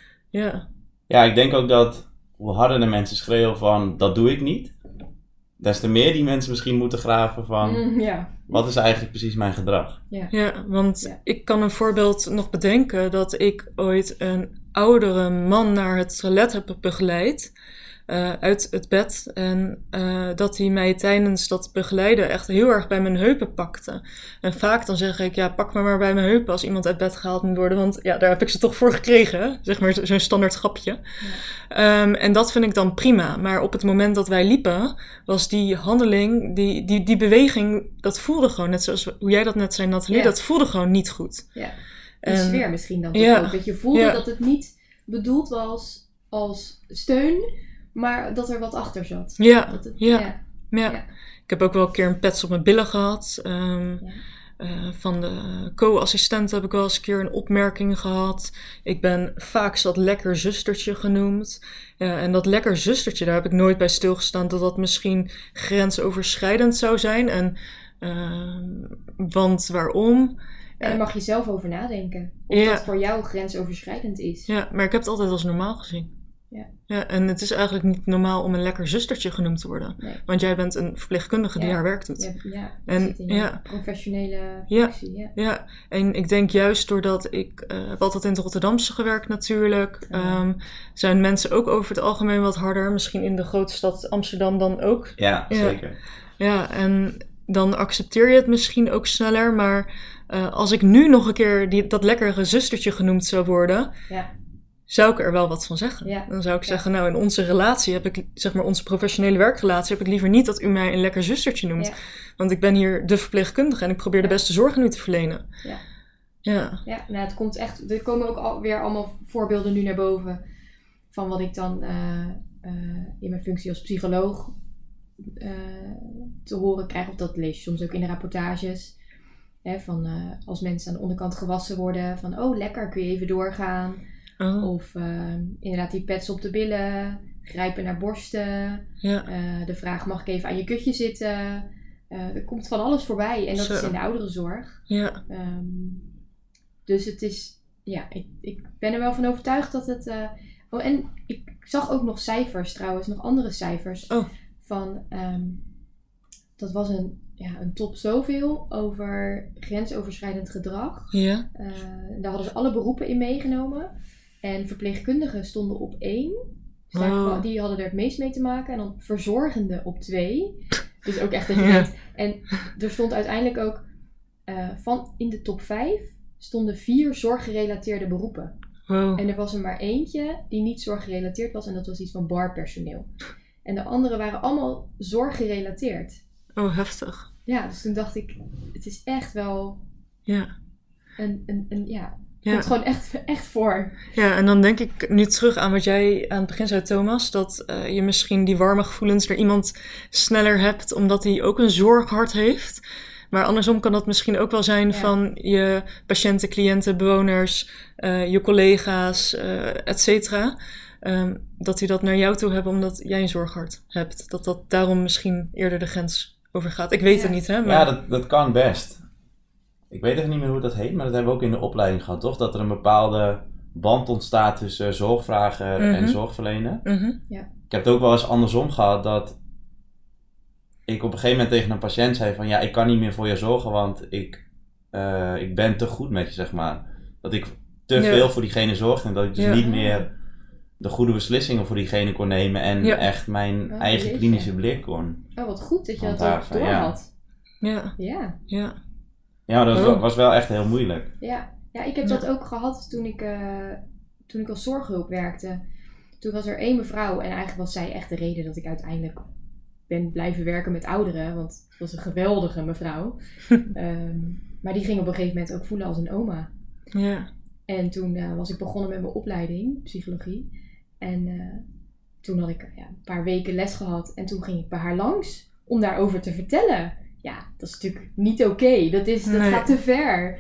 Ja, ik denk ook dat hoe harder de mensen schreeuwen van, dat doe ik niet, des te meer die mensen misschien moeten graven van, wat is eigenlijk precies mijn gedrag? Want ik kan een voorbeeld nog bedenken dat ik ooit een oudere man naar het toilet heb begeleid uit het bed. En dat hij mij tijdens dat begeleiden echt heel erg bij mijn heupen pakte. En vaak dan zeg ik, pak me maar bij mijn heupen als iemand uit bed gehaald moet worden. Want daar heb ik ze toch voor gekregen, hè? Zeg maar zo'n standaard grapje. En dat vind ik dan prima. Maar op het moment dat wij liepen, was die handeling, die beweging, dat voelde gewoon, net zoals hoe jij dat net zei, Nathalie, dat voelde gewoon niet goed. Ja, de sfeer misschien dan toch ook. Dat je voelde dat het niet bedoeld was als steun, maar dat er wat achter zat. Ik heb ook wel een keer een pets op mijn billen gehad. Van de co-assistent heb ik wel eens een keer een opmerking gehad. Ik ben vaak dat lekker zustertje genoemd. En dat lekker zustertje, daar heb ik nooit bij stilgestaan dat dat misschien grensoverschrijdend zou zijn. Want waarom? En daar mag je zelf over nadenken. Of dat voor jou grensoverschrijdend is. Ja, maar ik heb het altijd als normaal gezien. Ja, en het is eigenlijk niet normaal om een lekker zustertje genoemd te worden. Nee. Want jij bent een verpleegkundige die haar werk doet. Je En, zit in je professionele functie. Ja, en ik denk juist doordat ik heb altijd in het Rotterdamse gewerkt natuurlijk. Zijn mensen ook over het algemeen wat harder. Misschien in de grote stad Amsterdam dan ook. Ja, zeker. Ja, en dan accepteer je het misschien ook sneller. Maar als ik nu nog een keer dat lekkere zustertje genoemd zou worden... zou ik er wel wat van zeggen. Ja. Dan zou ik zeggen, nou, in onze relatie heb ik, zeg maar, onze professionele werkrelatie, heb ik liever niet dat u mij een lekker zustertje noemt. Ja. Want ik ben hier de verpleegkundige en ik probeer de beste zorg aan u te verlenen. Ja, nou, het komt echt, er komen ook alweer allemaal voorbeelden nu naar boven van wat ik dan in mijn functie als psycholoog te horen krijg. Of dat lees je soms ook in de rapportages. Hè, van als mensen aan de onderkant gewassen worden, van oh, lekker, kun je even doorgaan. Of inderdaad die pets op de billen, grijpen naar borsten, de vraag mag ik even aan je kutje zitten. Er komt van alles voorbij en dat is in de ouderenzorg. Dus het is, ik ben er wel van overtuigd dat het... en ik zag ook nog cijfers trouwens, nog andere cijfers van... dat was een top zoveel over grensoverschrijdend gedrag. Daar hadden ze alle beroepen in meegenomen. En verpleegkundigen stonden op 1. Dus die hadden er het meest mee te maken. En dan verzorgenden op 2. Dus ook echt dat je denkt. En er stond uiteindelijk ook... van in de top 5 stonden 4 zorggerelateerde beroepen. En er was er maar eentje die niet zorggerelateerd was. En dat was iets van barpersoneel. En de andere waren allemaal zorggerelateerd. Oh, heftig. Ja, dus toen dacht ik... Het is echt wel... komt gewoon echt voor. Ja, en dan denk ik nu terug aan wat jij aan het begin zei, Thomas. Dat je misschien die warme gevoelens naar iemand sneller hebt, omdat hij ook een zorghart heeft. Maar andersom kan dat misschien ook wel zijn van je patiënten, cliënten, bewoners, je collega's, et cetera. Dat die dat naar jou toe hebben omdat jij een zorghart hebt. Dat daarom misschien eerder de grens overgaat. Ik weet het niet, hè? Maar... Ja, dat kan best. Ik weet even niet meer hoe dat heet, maar dat hebben we ook in de opleiding gehad, toch? Dat er een bepaalde band ontstaat tussen zorgvragen en zorgverlenen. Ik heb het ook wel eens andersom gehad, dat ik op een gegeven moment tegen een patiënt zei van... ja, ik kan niet meer voor je zorgen, want ik ben te goed met je, zeg maar. Dat ik te veel voor diegene zorgde en dat ik dus niet meer de goede beslissingen voor diegene kon nemen... en echt mijn eigen klinische blik kon. Oh, wat goed dat je dat ook door had. Ja, dat was wel echt heel moeilijk. Ja, ik heb dat ook gehad toen ik als zorghulp werkte. Toen was er 1 mevrouw en eigenlijk was zij echt de reden dat ik uiteindelijk ben blijven werken met ouderen. Want het was een geweldige mevrouw. Maar die ging op een gegeven moment ook voelen als een oma. En toen was ik begonnen met mijn opleiding, psychologie. En toen had ik een paar weken les gehad en toen ging ik bij haar langs om daarover te vertellen. Ja, dat is natuurlijk niet oké. Dat gaat te ver.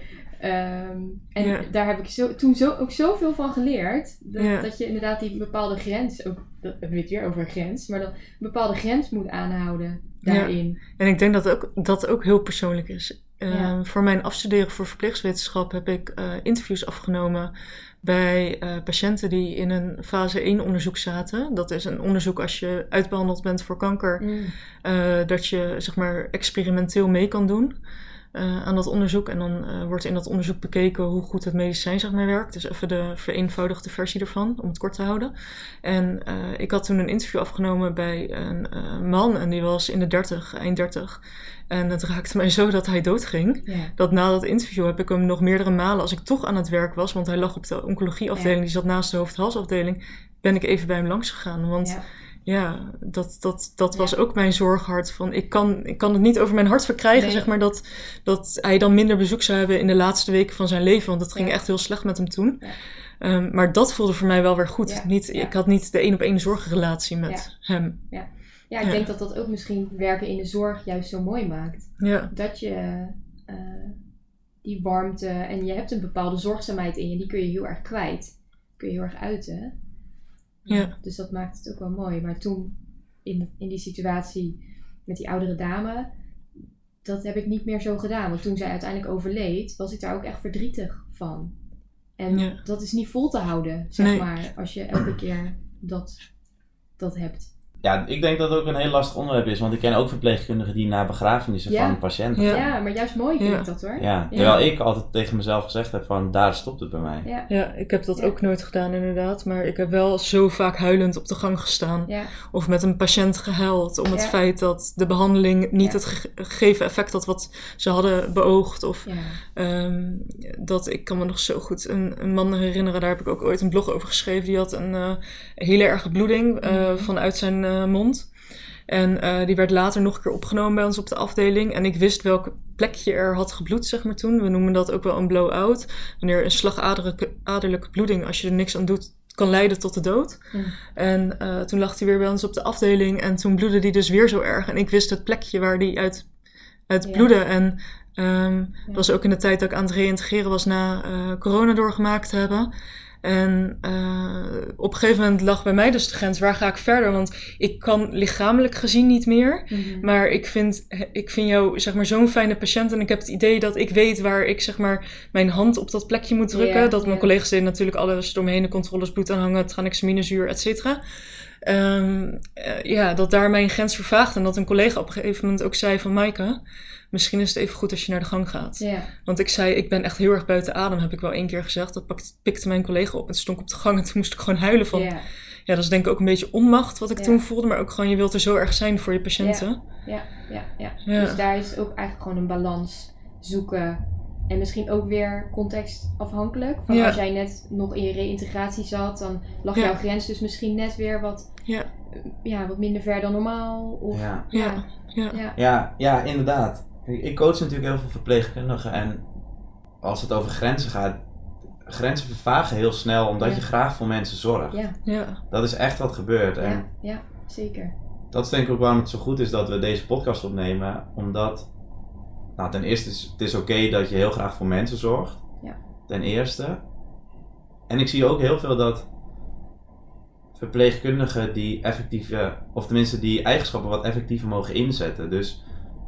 Daar heb ik toen ook zoveel van geleerd. Dat je inderdaad die bepaalde grens, ook, dat hebben we het weer over een grens, maar dat een bepaalde grens moet aanhouden daarin. Ja. En ik denk dat dat ook heel persoonlijk is. Voor mijn afstuderen voor verpleegwetenschap heb ik interviews afgenomen bij patiënten die in een fase 1 onderzoek zaten. Dat is een onderzoek als je uitbehandeld bent voor kanker. Dat je, zeg maar, experimenteel mee kan doen aan dat onderzoek. En dan wordt in dat onderzoek bekeken hoe goed het medicijn, zeg maar, werkt. Dus even de vereenvoudigde versie ervan, om het kort te houden. En ik had toen een interview afgenomen bij een man en die was in de 30, eind 30. En het raakte mij zo dat hij doodging. Dat na dat interview heb ik hem nog meerdere malen, als ik toch aan het werk was, want hij lag op de oncologieafdeling, die zat naast de hoofd-halsafdeling, ben ik even bij hem langs gegaan. Want dat was ook mijn zorghart. Van, ik kan het niet over mijn hart verkrijgen, zeg maar, dat hij dan minder bezoek zou hebben in de laatste weken van zijn leven. Want het ging echt heel slecht met hem toen. Maar dat voelde voor mij wel weer goed. Ik had niet de 1-op-1 zorgrelatie met hem. Ja, ik denk dat dat ook misschien werken in de zorg juist zo mooi maakt. Dat je die warmte en je hebt een bepaalde zorgzaamheid in je, die kun je heel erg kwijt. Kun je heel erg uiten. Dus dat maakt het ook wel mooi. Maar toen, in die situatie met die oudere dame, dat heb ik niet meer zo gedaan. Want toen zij uiteindelijk overleed, was ik daar ook echt verdrietig van. En dat is niet vol te houden, zeg maar, als je elke keer dat hebt? Ja, ik denk dat het ook een heel lastig onderwerp is. Want ik ken ook verpleegkundigen die naar begrafenissen van patiënten gaan. Ja, maar juist mooi vind ik dat hoor. Ja, terwijl ik altijd tegen mezelf gezegd heb van daar stopt het bij mij. Ja, ik heb dat ook nooit gedaan inderdaad. Maar ik heb wel zo vaak huilend op de gang gestaan. Ja. Of met een patiënt gehuild om het feit dat de behandeling niet het gegeven effect had wat ze hadden beoogd. Of dat ik kan me nog zo goed een man herinneren, daar heb ik ook ooit een blog over geschreven. Die had een hele erge bloeding vanuit zijn mond. En die werd later nog een keer opgenomen bij ons op de afdeling. En ik wist welk plekje er had gebloed, zeg maar toen. We noemen dat ook wel een blow-out. Wanneer een slagaderlijke bloeding, als je er niks aan doet, kan leiden tot de dood. En toen lag hij weer bij ons op de afdeling. En toen bloedde hij dus weer zo erg. En ik wist het plekje waar hij uit bloedde. En dat was ook in de tijd dat ik aan het reïntegreren was na corona doorgemaakt te hebben. En op een gegeven moment lag bij mij dus de grens, waar ga ik verder? Want ik kan lichamelijk gezien niet meer. Maar ik vind jou, zeg maar, zo'n fijne patiënt. En ik heb het idee dat ik weet waar ik, zeg maar, mijn hand op dat plekje moet drukken. Dat mijn collega's deden natuurlijk alles door me heen. De controles, bloed aanhangen, tranexaminezuur, et cetera. Dat daar mijn grens vervaagt. En dat een collega op een gegeven moment ook zei van Maaike, misschien is het even goed als je naar de gang gaat. Yeah. Want ik zei, ik ben echt heel erg buiten adem, heb ik wel 1 keer gezegd. Dat pikte mijn collega op en stond op de gang en toen moest ik gewoon huilen van. Yeah. Ja, dat is denk ik ook een beetje onmacht wat ik toen voelde, maar ook gewoon je wilt er zo erg zijn voor je patiënten. Ja. Dus daar is het ook eigenlijk gewoon een balans zoeken. En misschien ook weer contextafhankelijk. Van als jij net nog in je reïntegratie zat, dan lag jouw grens dus misschien net weer wat minder ver dan normaal. Of, Ja, inderdaad. Ik coach natuurlijk heel veel verpleegkundigen en als het over grenzen gaat, grenzen vervagen heel snel omdat je graag voor mensen zorgt. Dat is echt wat gebeurt. En ja, zeker. Dat is denk ik ook waarom het zo goed is dat we deze podcast opnemen, omdat ten eerste is het oké dat je heel graag voor mensen zorgt. Ja. Ten eerste. En ik zie ook heel veel dat verpleegkundigen die effectieve, of tenminste die eigenschappen wat effectiever mogen inzetten. Dus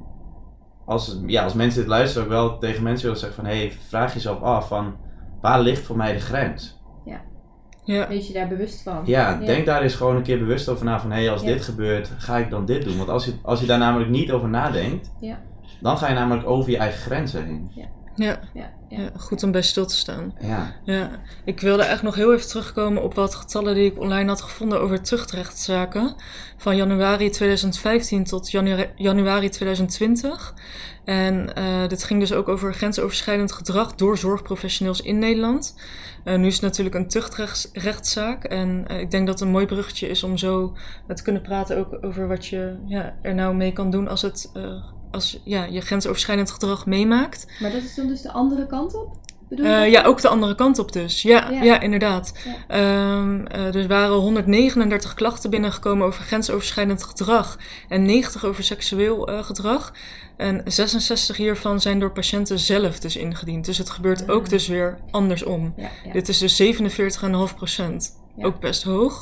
als mensen dit luisteren, ook wel tegen mensen willen zeggen van vraag jezelf af van waar ligt voor mij de grens? Ja. Wees je daar bewust van? Ja, denk daar eens gewoon een keer bewust over na van als dit gebeurt, ga ik dan dit doen? Want als je daar namelijk niet over nadenkt, dan ga je namelijk over je eigen grenzen heen. Ja, goed om bij stil te staan. Ja. Ik wilde echt nog heel even terugkomen op wat getallen die ik online had gevonden over tuchtrechtszaken. Van januari 2015 tot januari 2020. En dit ging dus ook over grensoverschrijdend gedrag door zorgprofessionals in Nederland. Nu is het natuurlijk een tuchtrechtszaak. En ik denk dat het een mooi bruggetje is om zo te kunnen praten ook over wat je er nou mee kan doen als je grensoverschrijdend gedrag meemaakt. Maar dat is dan dus de andere kant op? Ook de andere kant op dus. Ja, inderdaad. Er waren 139 klachten binnengekomen over grensoverschrijdend gedrag en 90 over seksueel gedrag. En 66 hiervan zijn door patiënten zelf dus ingediend. Dus het gebeurt ook dus weer andersom. Dit is dus 47,5%. Ook best hoog.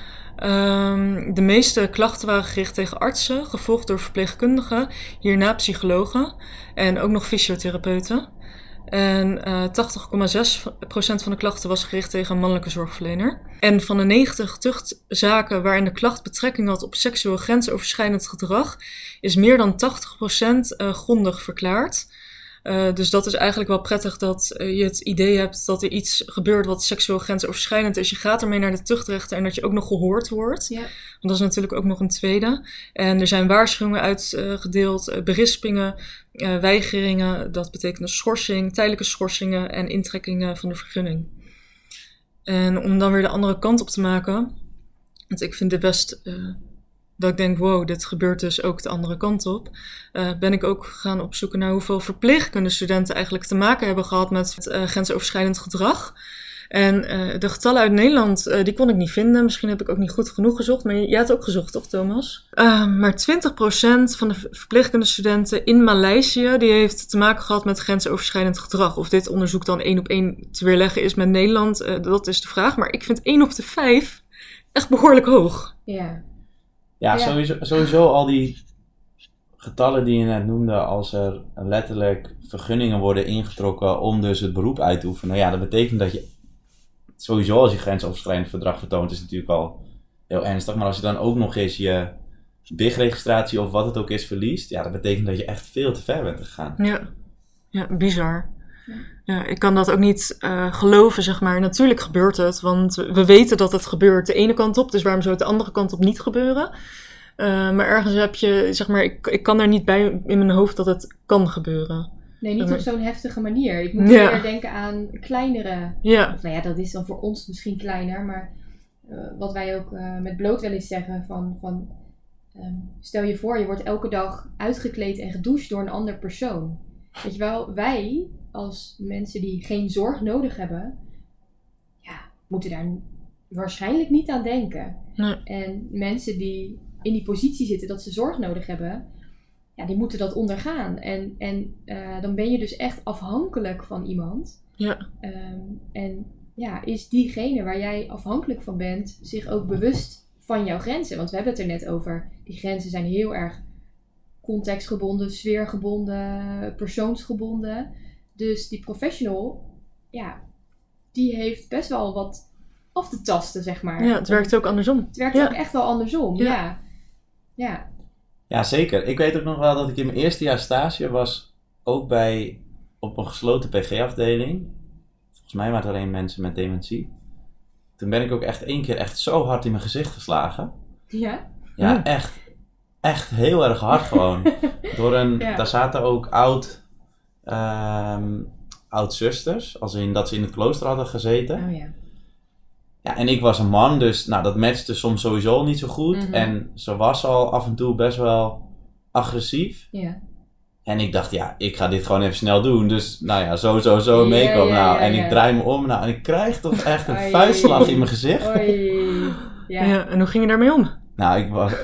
De meeste klachten waren gericht tegen artsen, gevolgd door verpleegkundigen, hierna psychologen en ook nog fysiotherapeuten. En 80,6% van de klachten was gericht tegen een mannelijke zorgverlener. En van de 90 tuchtzaken waarin de klacht betrekking had op seksueel grensoverschrijdend gedrag, is meer dan 80% grondig verklaard. Dus dat is eigenlijk wel prettig dat je het idee hebt dat er iets gebeurt wat seksueel grensoverschrijdend is. Je gaat ermee naar de tuchtrechter en dat je ook nog gehoord wordt. Want dat is natuurlijk ook nog een tweede. En er zijn waarschuwingen uitgedeeld, berispingen, weigeringen. Dat betekent een schorsing, tijdelijke schorsingen en intrekkingen van de vergunning. En om dan weer de andere kant op te maken, want ik vind dit best dat ik denk, wow, dit gebeurt dus ook de andere kant op, ben ik ook gaan opzoeken naar hoeveel verpleegkundestudenten eigenlijk te maken hebben gehad met grensoverschrijdend gedrag. En de getallen uit Nederland, die kon ik niet vinden. Misschien heb ik ook niet goed genoeg gezocht, maar jij had ook gezocht, toch Thomas? Maar 20% van de verpleegkundestudenten in Maleisië, die heeft te maken gehad met grensoverschrijdend gedrag. Of dit onderzoek dan 1 op 1 te weerleggen is met Nederland, dat is de vraag. Maar ik vind 1 op de 5 echt behoorlijk hoog. Ja, sowieso al die getallen die je net noemde, als er letterlijk vergunningen worden ingetrokken om dus het beroep uit te oefenen. Ja, dat betekent dat je sowieso als je grensoverschrijdend gedrag vertoont, is natuurlijk al heel ernstig. Maar als je dan ook nog eens je BIG-registratie of wat het ook is verliest, ja, dat betekent dat je echt veel te ver bent gegaan. Ja, bizar. Ja, ik kan dat ook niet geloven, zeg maar. Natuurlijk gebeurt het, want we weten dat het gebeurt de ene kant op, dus waarom zou het de andere kant op niet gebeuren? Maar ergens heb je, zeg maar, ik kan er niet bij in mijn hoofd dat het kan gebeuren. Nee, niet op zo'n heftige manier. Ik moet meer denken aan kleinere... Ja. Of nou ja, dat is dan voor ons misschien kleiner, maar wat wij ook met bloot wel eens zeggen van stel je voor, je wordt elke dag uitgekleed en gedoucht door een ander persoon. Weet je wel, wij als mensen die geen zorg nodig hebben, ja, moeten daar waarschijnlijk niet aan denken. Nee. En mensen die in die positie zitten dat ze zorg nodig hebben, ja, die moeten dat ondergaan. En dan ben je dus echt afhankelijk van iemand. Ja. En ja, is diegene waar jij afhankelijk van bent zich ook bewust van jouw grenzen? Want we hebben het er net over. Die grenzen zijn heel erg contextgebonden, sfeergebonden, persoonsgebonden. Dus die professional, ja, die heeft best wel wat af te tasten, zeg maar. Ja, het werkt ook andersom. Het werkt ook echt wel andersom, ja. Ja, zeker. Ik weet ook nog wel dat ik in mijn eerste jaar stage was ook op een gesloten PG-afdeling. Volgens mij waren er alleen mensen met dementie. Toen ben ik ook echt 1 keer echt zo hard in mijn gezicht geslagen. Ja? Ja, echt heel erg hard gewoon. Daar zaten ook oud-zusters, als in dat ze in het klooster hadden gezeten. Oh ja. Ja, en ik was een man, dus nou, dat matchte soms sowieso niet zo goed. Mm-hmm. En ze was al af en toe best wel agressief. Ja. En ik dacht, ja, ik ga dit gewoon even snel doen. Dus, nou ja, zo meekomen. En ik draai me om. Nou, en ik krijg toch echt een vuistslag in mijn gezicht. Ja, en hoe ging je daarmee om? Nou,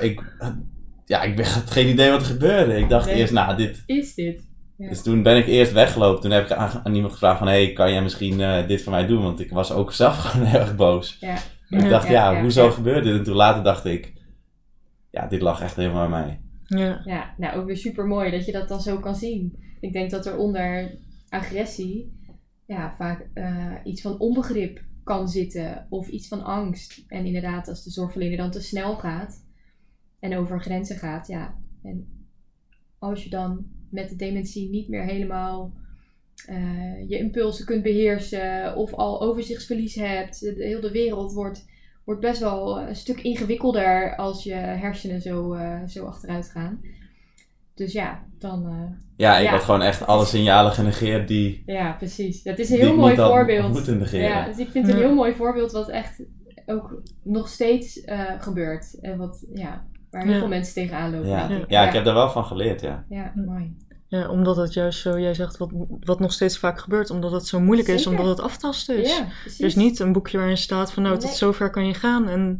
ik had geen idee wat er gebeurde. Ik dacht eerst, nou, dit... Is dit? Ja. Dus toen ben ik eerst weggelopen. Toen heb ik aan iemand gevraagd van, hey, kan jij misschien dit voor mij doen? Want ik was ook zelf gewoon heel erg boos. Ja. Ik dacht, hoezo gebeurde dit? En toen later dacht ik, ja, dit lag echt helemaal aan mij. Ja, nou ook weer super mooi dat je dat dan zo kan zien. Ik denk dat er onder agressie vaak iets van onbegrip kan zitten of iets van angst. En inderdaad, als de zorgverlener dan te snel gaat en over grenzen gaat, ja. En als je dan met de dementie niet meer helemaal je impulsen kunt beheersen of al overzichtsverlies hebt, de hele wereld wordt best wel een stuk ingewikkelder als je hersenen zo achteruit gaan. Dus ja, dan... ik had gewoon echt alle signalen genegeerd die... Ja, precies. Dat is een heel mooi voorbeeld. Moeten negeren. Ja, dus ik vind het een heel mooi voorbeeld wat echt ook nog steeds gebeurt. En waar heel veel mensen tegenaan lopen. Ja, ik heb daar wel van geleerd, ja. Ja, mooi. Ja, omdat het juist zo, jij zegt wat nog steeds vaak gebeurt, omdat het zo moeilijk is, omdat het aftasten is. Ja, precies. Er is niet een boekje waarin staat van tot zover kan je gaan. En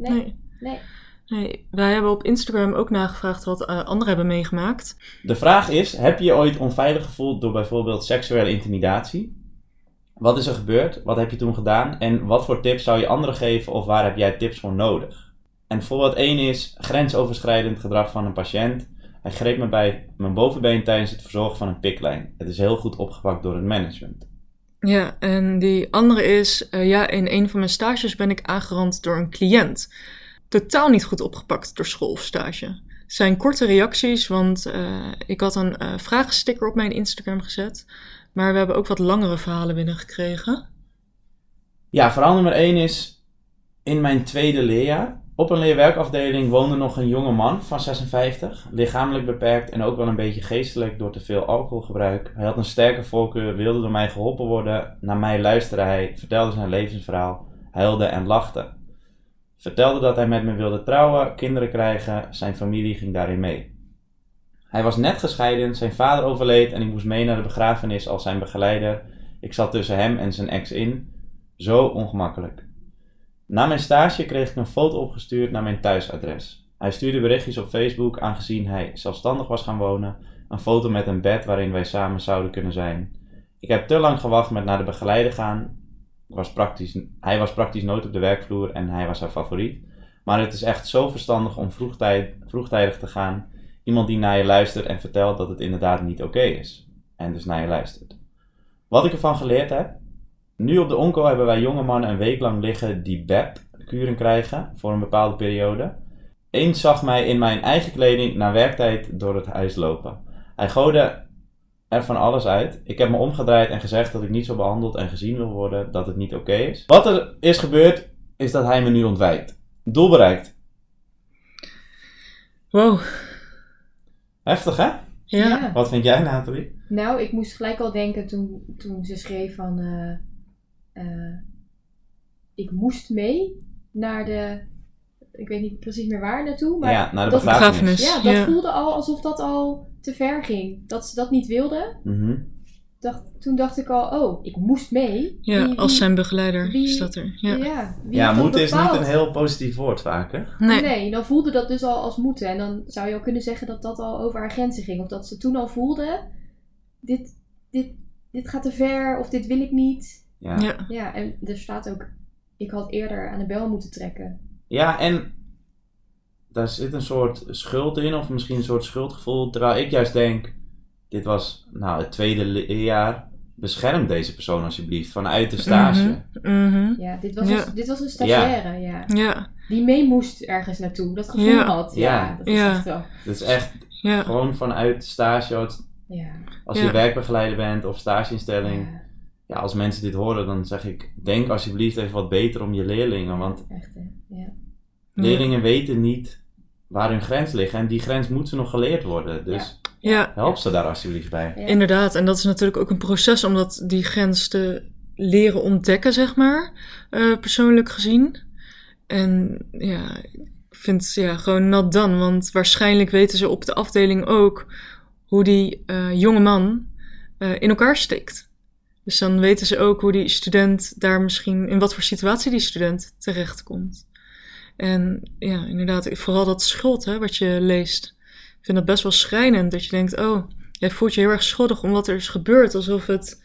nee. Wij hebben op Instagram ook nagevraagd wat anderen hebben meegemaakt. De vraag is, heb je je ooit onveilig gevoeld door bijvoorbeeld seksuele intimidatie? Wat is er gebeurd? Wat heb je toen gedaan? En wat voor tips zou je anderen geven of waar heb jij tips voor nodig? En voorbeeld 1 is grensoverschrijdend gedrag van een patiënt. Hij greep me bij mijn bovenbeen tijdens het verzorgen van een piklijn. Het is heel goed opgepakt door het management. Ja, en die andere is, in een van mijn stages ben ik aangerand door een cliënt. Totaal niet goed opgepakt door school of stage. Het zijn korte reacties, want ik had een vragensticker op mijn Instagram gezet. Maar we hebben ook wat langere verhalen binnengekregen. Ja, verhaal nummer 1 is, in mijn 2e leerjaar. Op een leerwerkafdeling woonde nog een jonge man van 56, lichamelijk beperkt en ook wel een beetje geestelijk door te veel alcoholgebruik. Hij had een sterke voorkeur, wilde door mij geholpen worden. Naar mij luisterde hij, vertelde zijn levensverhaal, huilde en lachte. Vertelde dat hij met me wilde trouwen, kinderen krijgen, zijn familie ging daarin mee. Hij was net gescheiden, zijn vader overleed en ik moest mee naar de begrafenis als zijn begeleider. Ik zat tussen hem en zijn ex in. Zo ongemakkelijk. Na mijn stage kreeg ik een foto opgestuurd naar mijn thuisadres. Hij stuurde berichtjes op Facebook aangezien hij zelfstandig was gaan wonen. Een foto met een bed waarin wij samen zouden kunnen zijn. Ik heb te lang gewacht met naar de begeleider gaan. Hij was praktisch nooit op de werkvloer en hij was haar favoriet. Maar het is echt zo verstandig om vroegtijdig te gaan. Iemand die naar je luistert en vertelt dat het inderdaad niet oké is. En dus naar je luistert. Wat ik ervan geleerd heb. Nu op de onco hebben wij jonge mannen een week lang liggen die BEP, kuren krijgen voor een bepaalde periode. Eén zag mij in mijn eigen kleding na werktijd door het huis lopen. Hij gooide er van alles uit. Ik heb me omgedraaid en gezegd dat ik niet zo behandeld en gezien wil worden, dat het niet oké is. Wat er is gebeurd, is dat hij me nu ontwijkt. Doel bereikt. Wow. Heftig, hè? Ja. Wat vind jij, Nathalie? Nou, ik moest gelijk al denken toen ze schreef van... ik moest mee naar de... Ik weet niet precies meer waar naartoe, maar... Ja, naar de dat, begrafenis. Ja, dat voelde al alsof dat al te ver ging. Dat ze dat niet wilde. Toen dacht ik al, ik moest mee. Ja, als zijn begeleider staat er. Ja, moeten is niet een heel positief woord vaak, hè? Nee, dan voelde dat dus al als moeten. En dan zou je ook kunnen zeggen dat dat al over haar grenzen ging. Of dat ze toen al voelde, dit gaat te ver, of dit wil ik niet. Ja, en er staat ook, ik had eerder aan de bel moeten trekken. Ja, en daar zit een soort schuld in, of misschien een soort schuldgevoel. Terwijl ik juist denk, dit was het tweede leerjaar. Bescherm deze persoon alsjeblieft, vanuit de stage. Ja, dit was een stagiaire, ja. Die mee moest ergens naartoe, dat gevoel had. Ja, dat is echt zo. Dat is echt gewoon vanuit de stage. Als je werkbegeleider bent of stageinstelling. Ja, als mensen dit horen, dan zeg ik, denk alsjeblieft even wat beter om je leerlingen. Want echt, leerlingen weten niet waar hun grens ligt. En die grens moet ze nog geleerd worden. Dus help ze daar alsjeblieft bij. Ja. Inderdaad, en dat is natuurlijk ook een proces om die grens te leren ontdekken, zeg maar. Persoonlijk gezien. En ik vind gewoon not done. Want waarschijnlijk weten ze op de afdeling ook hoe die jonge man in elkaar steekt. Dus dan weten ze ook hoe die student daar misschien, in wat voor situatie die student terechtkomt. En inderdaad, vooral dat schuld, wat je leest. Ik vind dat best wel schrijnend, dat je denkt, jij voelt je heel erg schuldig om wat er is gebeurd, alsof het,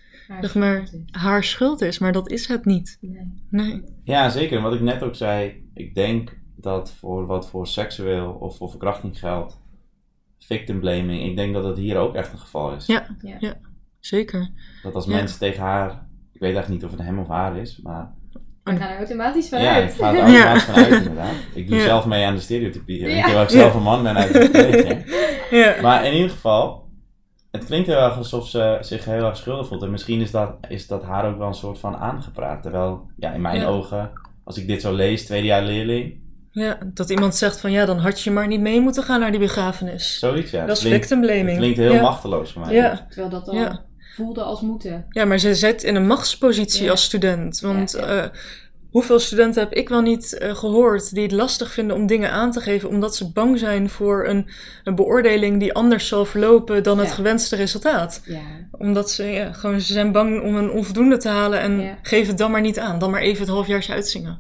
haar schuld is. Maar dat is het niet. Nee. Ja, zeker. En wat ik net ook zei, ik denk dat voor wat voor seksueel of voor verkrachting geldt, victim blaming, ik denk dat het hier ook echt een geval is. Ja. Zeker. Dat als mensen tegen haar, ik weet eigenlijk niet of het hem of haar is, maar... We gaan er automatisch vanuit. Ja, ik ga er automatisch vanuit inderdaad. Ik doe zelf mee aan de stereotypie. Terwijl ik zelf een man ben uit de verpleging. Maar in ieder geval, het klinkt heel erg alsof ze zich heel erg schuldig voelt. En misschien is dat haar ook wel een soort van aangepraat. Terwijl, in mijn ogen, als ik dit zo lees, tweede jaar leerling... Ja, dat iemand zegt van dan had je maar niet mee moeten gaan naar die begrafenis. Zoiets, ja. Dat is victim blaming. Het klinkt heel machteloos voor mij. Ja. Terwijl dat al voelde als moeten. Ja, maar ze zit in een machtspositie als student. Want hoeveel studenten heb ik wel niet gehoord die het lastig vinden om dingen aan te geven, omdat ze bang zijn voor een beoordeling die anders zal verlopen dan het gewenste resultaat. Ja. Omdat ze ze zijn bang om een onvoldoende te halen en geef het dan maar niet aan. Dan maar even het halfjaartje uitzingen.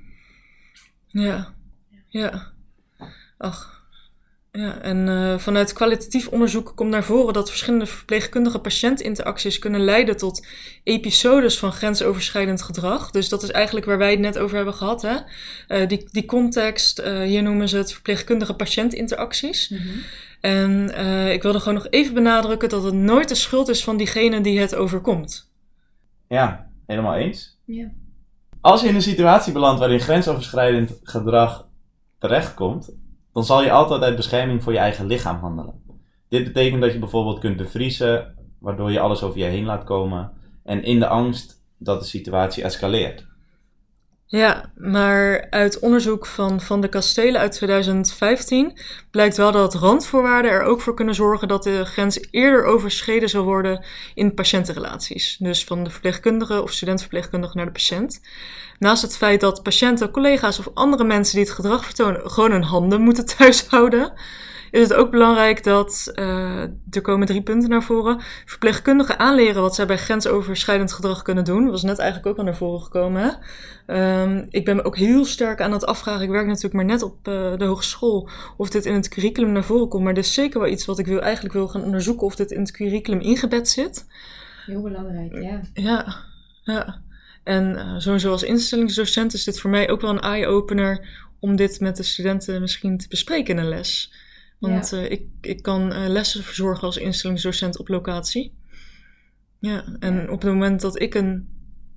Ja. Ach. Ja, en vanuit kwalitatief onderzoek komt naar voren dat verschillende verpleegkundige patiëntinteracties kunnen leiden tot episodes van grensoverschrijdend gedrag. Dus dat is eigenlijk waar wij het net over hebben gehad. Hè? Die context, hier noemen ze het verpleegkundige patiëntinteracties. En ik wilde gewoon nog even benadrukken dat het nooit de schuld is van diegene die het overkomt. Ja, helemaal eens. Ja. Als je in een situatie belandt waarin grensoverschrijdend gedrag terechtkomt, dan zal je altijd uit bescherming voor je eigen lichaam handelen. Dit betekent dat je bijvoorbeeld kunt bevriezen, waardoor je alles over je heen laat komen, en in de angst dat de situatie escaleert. Ja, maar uit onderzoek van Van de Kastelen uit 2015 blijkt wel dat randvoorwaarden er ook voor kunnen zorgen dat de grens eerder overschreden zal worden in patiëntenrelaties. Dus van de verpleegkundige of studentverpleegkundige naar de patiënt. Naast het feit dat patiënten, collega's of andere mensen die het gedrag vertonen gewoon hun handen moeten thuishouden, is het ook belangrijk dat, er komen 3 punten naar voren, verpleegkundigen aanleren wat zij bij grensoverschrijdend gedrag kunnen doen. Dat was net eigenlijk ook al naar voren gekomen. Hè? Ik ben me ook heel sterk aan het afvragen, ik werk natuurlijk maar net op de hogeschool, of dit in het curriculum naar voren komt. Maar dat is zeker wel iets wat ik eigenlijk wil gaan onderzoeken of dit in het curriculum ingebed zit. Heel belangrijk, Ja. En sowieso als instellingsdocent is dit voor mij ook wel een eye-opener om dit met de studenten misschien te bespreken in een les. Want ik kan lessen verzorgen als instellingsdocent op locatie. Ja, en op het moment dat ik een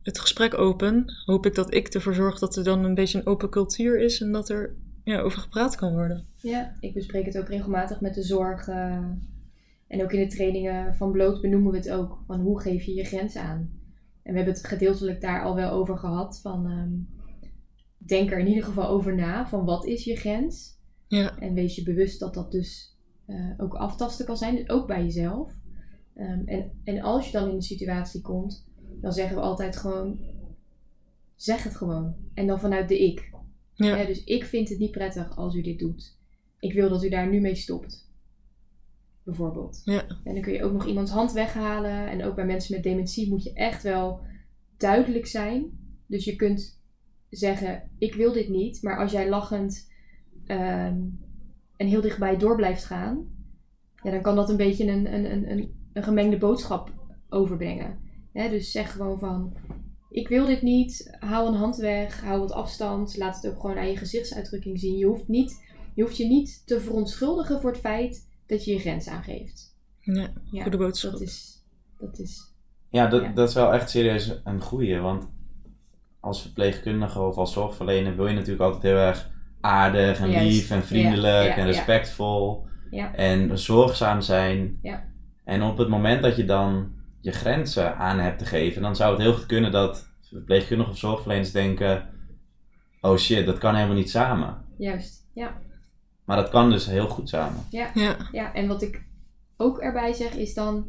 het gesprek open, hoop ik dat ik ervoor zorg dat er dan een beetje een open cultuur is en dat er over gepraat kan worden. Ja, ik bespreek het ook regelmatig met de zorg. En ook in de trainingen van Bloot benoemen we het ook. Van hoe geef je je grens aan? En we hebben het gedeeltelijk daar al wel over gehad. Van denk er in ieder geval over na. Van wat is je grens? Ja. En wees je bewust dat dat dus ook aftasten kan zijn. Dus ook bij jezelf. En als je dan in de situatie komt. Dan zeggen we altijd gewoon. Zeg het gewoon. En dan vanuit de ik. Ja. Ja, dus ik vind het niet prettig als u dit doet. Ik wil dat u daar nu mee stopt. Bijvoorbeeld. Ja. En dan kun je ook nog iemands hand weghalen. En ook bij mensen met dementie moet je echt wel duidelijk zijn. Dus je kunt zeggen, ik wil dit niet. Maar als jij lachend en heel dichtbij door blijft gaan. Ja, dan kan dat een beetje een gemengde boodschap overbrengen. Ja, dus zeg gewoon van, ik wil dit niet. Hou een hand weg. Hou wat afstand. Laat het ook gewoon aan je gezichtsuitdrukking zien. Je hoeft je niet te verontschuldigen voor het feit dat je je grens aangeeft. Ja, goede boodschap. Dat is... Ja, dat is wel echt serieus een goeie. Want als verpleegkundige of als zorgverlener wil je natuurlijk altijd heel erg aardig en lief en vriendelijk en respectvol en zorgzaam zijn. Ja. En op het moment dat je dan je grenzen aan hebt te geven, dan zou het heel goed kunnen dat verpleegkundigen of zorgverleners denken, oh shit, dat kan helemaal niet samen. Juist, ja. Maar dat kan dus heel goed samen. Ja, en wat ik ook erbij zeg is dan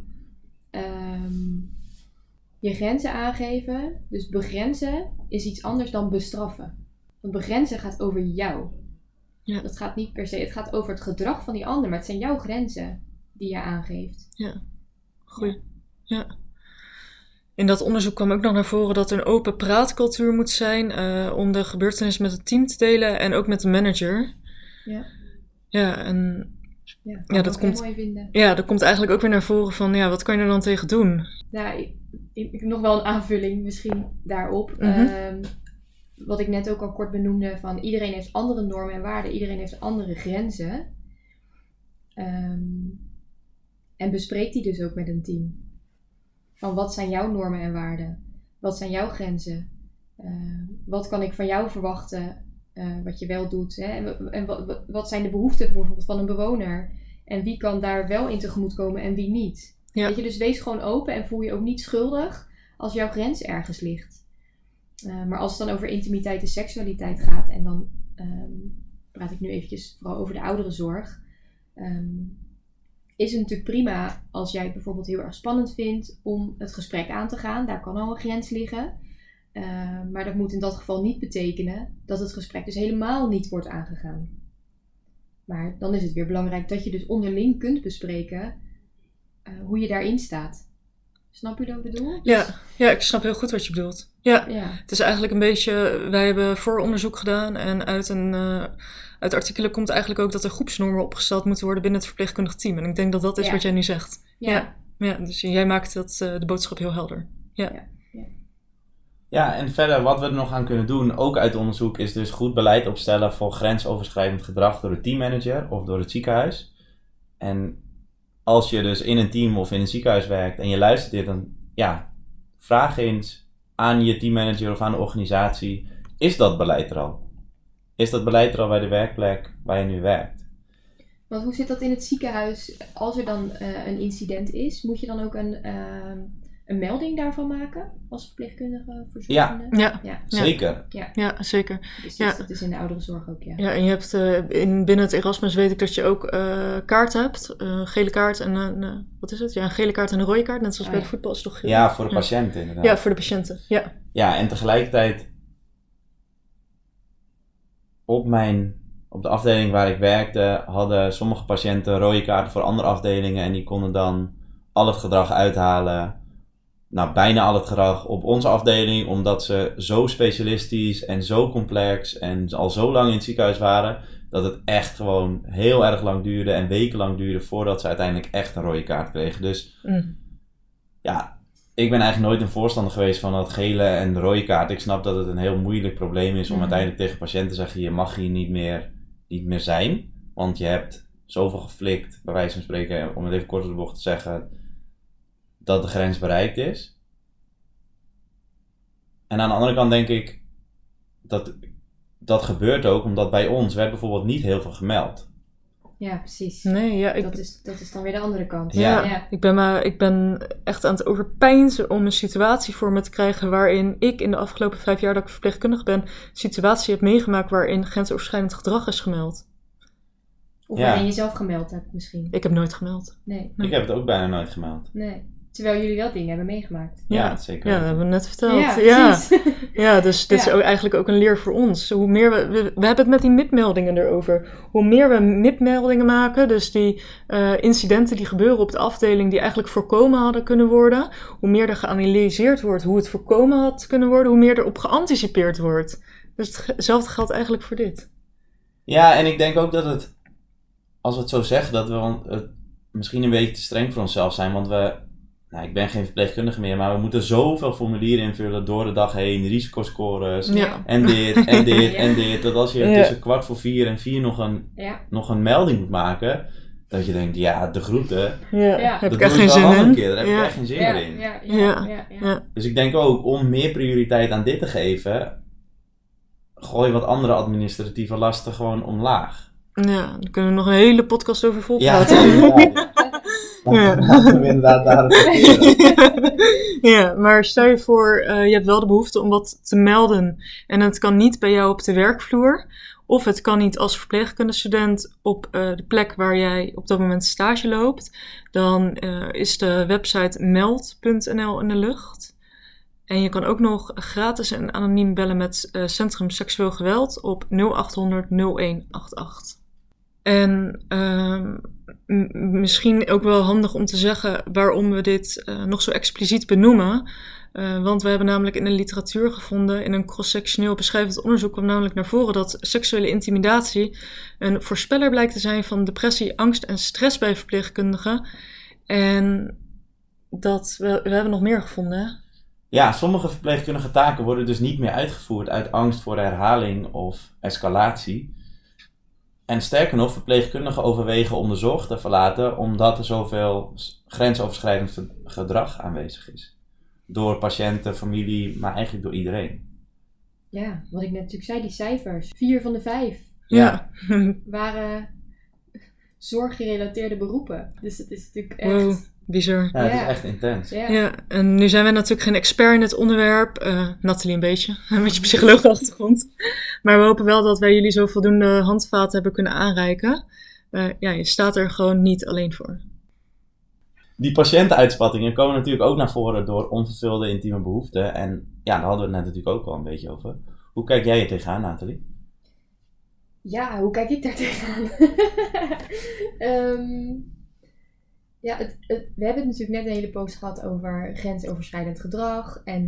je grenzen aangeven. Dus begrenzen is iets anders dan bestraffen. Want begrenzen gaat over jou. Ja. Dat gaat niet per se, het gaat over het gedrag van die ander, maar het zijn jouw grenzen die je aangeeft. Ja, goed. Ja. In dat onderzoek kwam ook nog naar voren dat er een open praatcultuur moet zijn om de gebeurtenis met het team te delen en ook met de manager. Ja. Ja, en dat komt mooi vinden. Ja, dat komt eigenlijk ook weer naar voren van, wat kan je er dan tegen doen? Nou, ik heb nog wel een aanvulling misschien daarop. Mm-hmm. Wat ik net ook al kort benoemde, van iedereen heeft andere normen en waarden, iedereen heeft andere grenzen. En bespreek die dus ook met een team. Van wat zijn jouw normen en waarden? Wat zijn jouw grenzen? Wat kan ik van jou verwachten? Wat je wel doet. Hè? En wat zijn de behoeften bijvoorbeeld van een bewoner? En wie kan daar wel in tegemoetkomen en wie niet? Ja. Weet je, dus wees gewoon open en voel je ook niet schuldig als jouw grens ergens ligt. Maar als het dan over intimiteit en seksualiteit gaat, en dan praat ik nu eventjes vooral over de ouderenzorg, is het natuurlijk prima als jij het bijvoorbeeld heel erg spannend vindt om het gesprek aan te gaan. Daar kan al een grens liggen. Maar dat moet in dat geval niet betekenen dat het gesprek dus helemaal niet wordt aangegaan. Maar dan is het weer belangrijk dat je dus onderling kunt bespreken hoe je daarin staat. Snap je wat ik bedoel? Ja, ik snap heel goed wat je bedoelt. Ja. Het is eigenlijk een beetje, wij hebben vooronderzoek gedaan en uit artikelen komt eigenlijk ook dat er groepsnormen opgesteld moeten worden binnen het verpleegkundig team. En ik denk dat dat is wat jij nu zegt. Ja, dus jij maakt de boodschap heel helder. Ja, en verder wat we er nog aan kunnen doen, ook uit onderzoek, is dus goed beleid opstellen voor grensoverschrijdend gedrag door de teammanager of door het ziekenhuis. En als je dus in een team of in een ziekenhuis werkt en je luistert dit, dan vraag eens aan je teammanager of aan de organisatie, is dat beleid er al? Is dat beleid er al bij de werkplek waar je nu werkt? Want hoe zit dat in het ziekenhuis? Als er dan een incident is, moet je dan ook een melding daarvan maken als verpleegkundige verzorgende? Ja, zeker. Ja, zeker. Dus dat is in de ouderenzorg ook, Ja, en je hebt binnen het Erasmus weet ik dat je ook kaart hebt. Gele kaart en wat is het? Ja, een gele kaart en een rode kaart. Net zoals bij de voetbal is het toch geel? Ja, voor de patiënten inderdaad. Ja, voor de patiënten, ja. Ja, en tegelijkertijd op de afdeling waar ik werkte hadden sommige patiënten rode kaarten voor andere afdelingen en die konden dan al het gedrag uithalen. Nou, bijna al het gedrag op onze afdeling, omdat ze zo specialistisch en zo complex en al zo lang in het ziekenhuis waren, dat het echt gewoon heel erg lang duurde en wekenlang duurde voordat ze uiteindelijk echt een rode kaart kregen. Dus ik ben eigenlijk nooit een voorstander geweest van dat gele en de rode kaart. Ik snap dat het een heel moeilijk probleem is om uiteindelijk tegen patiënten te zeggen, je mag hier niet meer zijn, want je hebt zoveel geflikt, bij wijze van spreken, om het even kort op de bocht te zeggen, dat de grens bereikt is. En aan de andere kant denk ik, dat gebeurt ook omdat bij ons werd bijvoorbeeld niet heel veel gemeld. Ja, precies. Nee, ja, Dat is dan weer de andere kant. Ja. Ik ben echt aan het overpeinzen om een situatie voor me te krijgen waarin ik in de afgelopen 5 jaar dat ik verpleegkundige ben, een situatie heb meegemaakt waarin grensoverschrijdend gedrag is gemeld. Of waarin je zelf gemeld hebt misschien. Ik heb nooit gemeld. Nee. Ik heb het ook bijna nooit gemeld. Nee. Terwijl jullie wel dingen hebben meegemaakt. Ja, zeker. Ja, dat hebben we net verteld. Ja, precies. Ja, dus dit is ook eigenlijk ook een leer voor ons. Hoe meer we hebben het met die MIP-meldingen erover. Hoe meer we MIP-meldingen maken, dus die incidenten die gebeuren op de afdeling die eigenlijk voorkomen hadden kunnen worden. Hoe meer er geanalyseerd wordt hoe het voorkomen had kunnen worden, hoe meer er op geanticipeerd wordt. Dus hetzelfde geldt eigenlijk voor dit. Ja, en ik denk ook dat het, als we het zo zeggen, dat we misschien een beetje te streng voor onszelf zijn. Want ik ben geen verpleegkundige meer, maar we moeten zoveel formulieren invullen door de dag heen. Risicoscores en dit en dit en dit. Dat als je tussen 3:45 en 4 nog een melding moet maken, dat je denkt, de groeten. Ja, heb dat ik echt geen zin in. Daar heb ik echt geen zin meer in. Ja. Dus ik denk ook, om meer prioriteit aan dit te geven, gooi wat andere administratieve lasten gewoon omlaag. Ja, daar kunnen we nog een hele podcast over volpraten. Laten we inderdaad daarop parkeren. Ja, maar stel je voor, je hebt wel de behoefte om wat te melden en het kan niet bij jou op de werkvloer. Of het kan niet als verpleegkundestudent op de plek waar jij op dat moment stage loopt. Dan is de website meld.nl in de lucht. En je kan ook nog gratis en anoniem bellen met Centrum Seksueel Geweld op 0800 0188. En misschien ook wel handig om te zeggen waarom we dit nog zo expliciet benoemen. Want we hebben namelijk in de literatuur gevonden, in een cross-sectioneel beschrijvend onderzoek kwam namelijk naar voren dat seksuele intimidatie een voorspeller blijkt te zijn van depressie, angst en stress bij verpleegkundigen. En we hebben nog meer gevonden, hè? Ja, sommige verpleegkundige taken worden dus niet meer uitgevoerd uit angst voor herhaling of escalatie. En sterker nog, verpleegkundigen overwegen om de zorg te verlaten omdat er zoveel grensoverschrijdend gedrag aanwezig is. Door patiënten, familie, maar eigenlijk door iedereen. Ja, wat ik net natuurlijk zei, die cijfers. 4 van de 5 waren zorggerelateerde beroepen. Dus het is natuurlijk echt... Wow, bizar. Ja, het is echt intens. Ja. En nu zijn wij natuurlijk geen expert in het onderwerp. Nathalie een beetje psychologische achtergrond. Maar we hopen wel dat wij jullie zo voldoende handvaten hebben kunnen aanreiken. Je staat er gewoon niet alleen voor. Die patiëntenuitspattingen komen natuurlijk ook naar voren door onvervulde intieme behoeften. En daar hadden we het net natuurlijk ook al een beetje over. Hoe kijk jij er tegenaan, Nathalie? Ja, hoe kijk ik daar tegenaan? We hebben het natuurlijk net een hele post gehad over grensoverschrijdend gedrag. En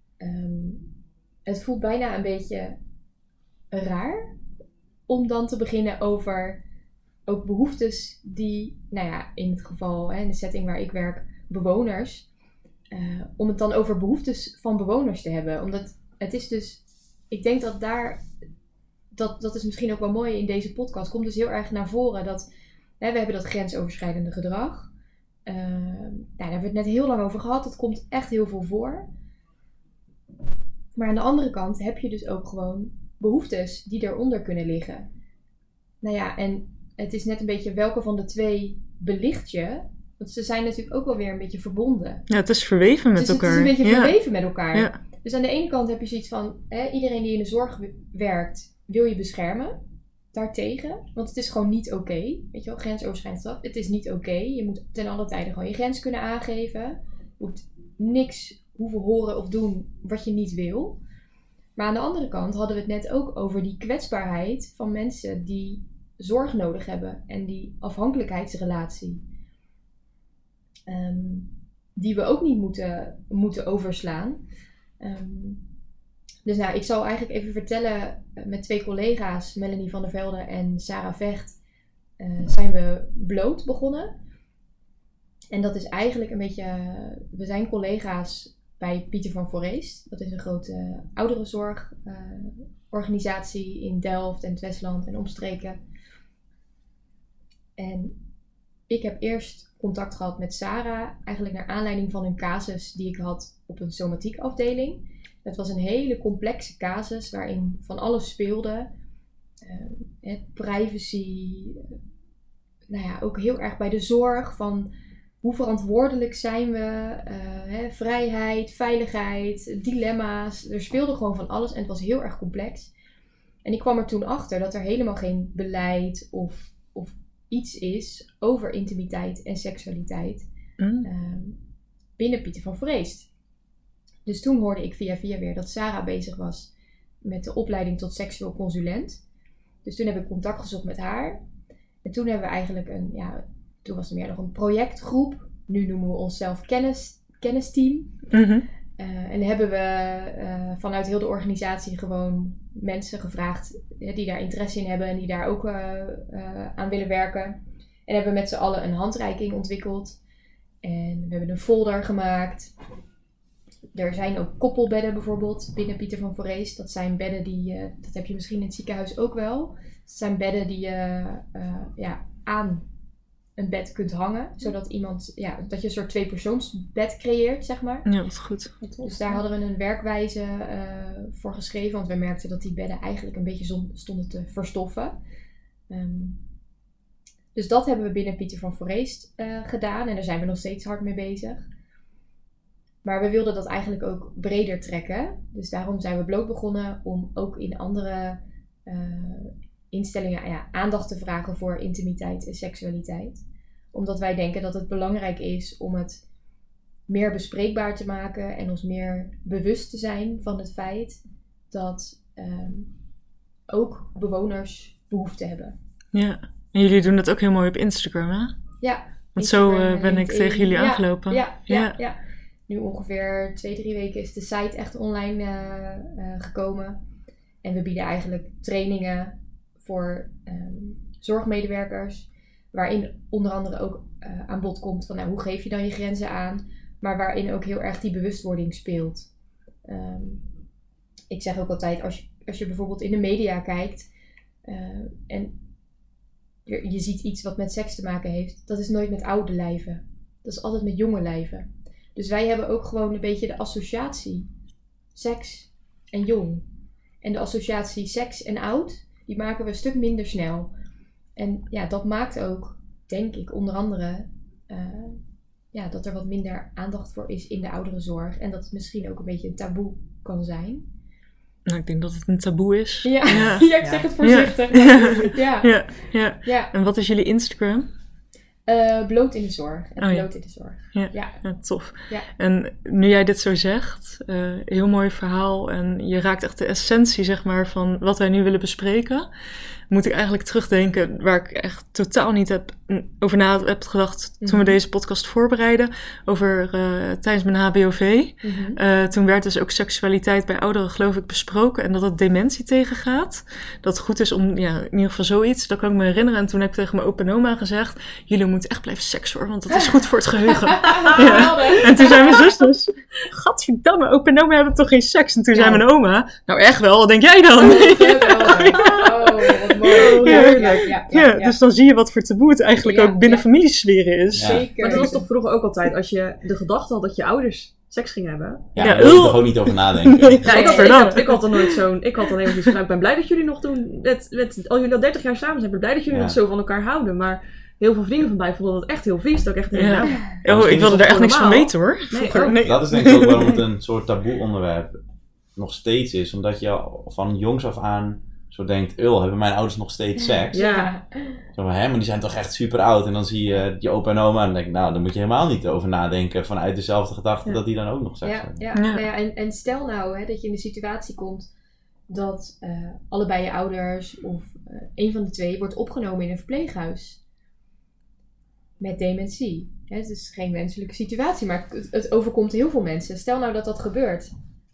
het voelt bijna een beetje raar om dan te beginnen over ook behoeftes die, in het geval, in de setting waar ik werk, bewoners. Om het dan over behoeftes van bewoners te hebben. Omdat het is dus, ik denk dat dat is misschien ook wel mooi in deze podcast, komt dus heel erg naar voren dat we hebben dat grensoverschrijdende gedrag. Daar hebben we het net heel lang over gehad. Dat komt echt heel veel voor. Maar aan de andere kant heb je dus ook gewoon behoeftes die eronder kunnen liggen. En het is net een beetje welke van de twee belicht je. Want ze zijn natuurlijk ook wel weer een beetje verbonden. Ja, het is verweven met elkaar. Het is een beetje verweven met elkaar. Ja. Dus aan de ene kant heb je zoiets van, iedereen die in de zorg werkt, wil je beschermen. Daartegen. Want het is gewoon niet oké. Weet je wel, grensoverschrijdend gedrag. Het is niet oké. Je moet ten alle tijde gewoon je grens kunnen aangeven. Je moet niks hoeven horen of doen wat je niet wil. Maar aan de andere kant hadden we het net ook over die kwetsbaarheid van mensen die zorg nodig hebben. En die afhankelijkheidsrelatie. Die we ook niet moeten overslaan. Dus ik zal eigenlijk even vertellen, met 2 collega's, Melanie van der Velde en Sarah Vecht, zijn we bloot begonnen. En dat is eigenlijk een beetje, we zijn collega's bij Pieter van Foreest. Dat is een grote ouderenzorgorganisatie in Delft en het Westland en omstreken. En ik heb eerst contact gehad met Sarah, eigenlijk naar aanleiding van een casus die ik had op een somatiekafdeling. Het was een hele complexe casus waarin van alles speelde. Privacy, ook heel erg bij de zorg van hoe verantwoordelijk zijn we, vrijheid, veiligheid, dilemma's. Er speelde gewoon van alles en het was heel erg complex. En ik kwam er toen achter dat er helemaal geen beleid of iets is over intimiteit en seksualiteit binnen Pieter van Foreest. Dus toen hoorde ik via weer dat Sarah bezig was met de opleiding tot seksueel consulent. Dus toen heb ik contact gezocht met haar. En toen hebben we eigenlijk toen was er meer nog een projectgroep. Nu noemen we onszelf kennisteam. Mm-hmm. En hebben we vanuit heel de organisatie gewoon mensen gevraagd die daar interesse in hebben en die daar ook aan willen werken. En hebben we met z'n allen een handreiking ontwikkeld. En we hebben een folder gemaakt. Er zijn ook koppelbedden bijvoorbeeld binnen Pieter van Foreest. Dat zijn bedden dat heb je misschien in het ziekenhuis ook wel. Dat zijn bedden die je aan een bed kunt hangen. Zodat dat je een soort 2-persoonsbed creëert, zeg maar. Ja, wat goed. Dus daar hadden we een werkwijze voor geschreven. Want we merkten dat die bedden eigenlijk een beetje stonden te verstoffen. Dus dat hebben we binnen Pieter van Foreest gedaan. En daar zijn we nog steeds hard mee bezig. Maar we wilden dat eigenlijk ook breder trekken. Dus daarom zijn we Bloot begonnen om ook in andere instellingen aandacht te vragen voor intimiteit en seksualiteit. Omdat wij denken dat het belangrijk is om het meer bespreekbaar te maken en ons meer bewust te zijn van het feit dat ook bewoners behoefte hebben. Ja, en jullie doen dat ook heel mooi op Instagram, hè? Ja. Want zo ben ik tegen jullie aangelopen. Ja. Nu ongeveer 2-3 weken is de site echt online gekomen. En we bieden eigenlijk trainingen voor zorgmedewerkers. Waarin onder andere ook aan bod komt van hoe geef je dan je grenzen aan. Maar waarin ook heel erg die bewustwording speelt. Ik zeg ook altijd, als je bijvoorbeeld in de media kijkt. En je ziet iets wat met seks te maken heeft. Dat is nooit met oude lijven. Dat is altijd met jonge lijven. Dus wij hebben ook gewoon een beetje de associatie seks en jong. En de associatie seks en oud, die maken we een stuk minder snel. En dat maakt ook, denk ik, onder andere dat er wat minder aandacht voor is in de ouderenzorg. En dat het misschien ook een beetje een taboe kan zijn. Nou, ik denk dat het een taboe is. Ja, ik zeg het voorzichtig. Ja. En wat is jullie Instagram? Bloot in de zorg. Bloot in de zorg. Ja, tof. Ja. En nu jij dit zo zegt, heel mooi verhaal. En je raakt echt de essentie, zeg maar, van wat wij nu willen bespreken. Moet ik eigenlijk terugdenken waar ik echt totaal niet over na heb gedacht toen we deze podcast voorbereiden. Over tijdens mijn HBOV. Toen werd dus ook seksualiteit bij ouderen, geloof ik, besproken. En dat het dementie tegengaat. Dat het goed is om, in ieder geval zoiets. Dat kan ik me herinneren. En toen heb ik tegen mijn opa en oma gezegd, jullie moeten echt blijven seks hoor, want dat is goed voor het geheugen. En toen zei mijn zusters, gadverdamme, opa en oma hebben toch geen seks? En toen zei mijn oma, nou echt wel, wat denk jij dan? Wat mooi. Dus dan zie je wat voor taboe het eigenlijk ook binnen familiesferen is. Ja. Zeker. Maar dat was toch vroeger ook altijd, als je de gedachte had dat je ouders seks gingen hebben. Daar wil je toch ook niet over nadenken. Ik had er nooit zo'n... Ik had dan even van, ik ben blij dat jullie nog doen, al jullie al 30 jaar samen zijn, ik ben blij dat jullie nog zo van elkaar houden, maar heel veel vrienden van mij vonden dat echt heel vies. Dat ik echt denk, ik wilde er echt niks van weten hoor. Nee. Dat is denk ik ook waarom het een soort taboe onderwerp nog steeds is. Omdat je van jongs af aan zo denkt, hebben mijn ouders nog steeds seks? Ja. Zo, maar die zijn toch echt super oud. En dan zie je je opa en oma en dan denk ik, daar moet je helemaal niet over nadenken vanuit dezelfde gedachte dat die dan ook nog seks hebben. En stel nou dat je in de situatie komt dat allebei je ouders of een van de twee wordt opgenomen in een verpleeghuis. Met dementie. Het is geen wenselijke situatie, maar het overkomt heel veel mensen. Stel nou dat dat gebeurt.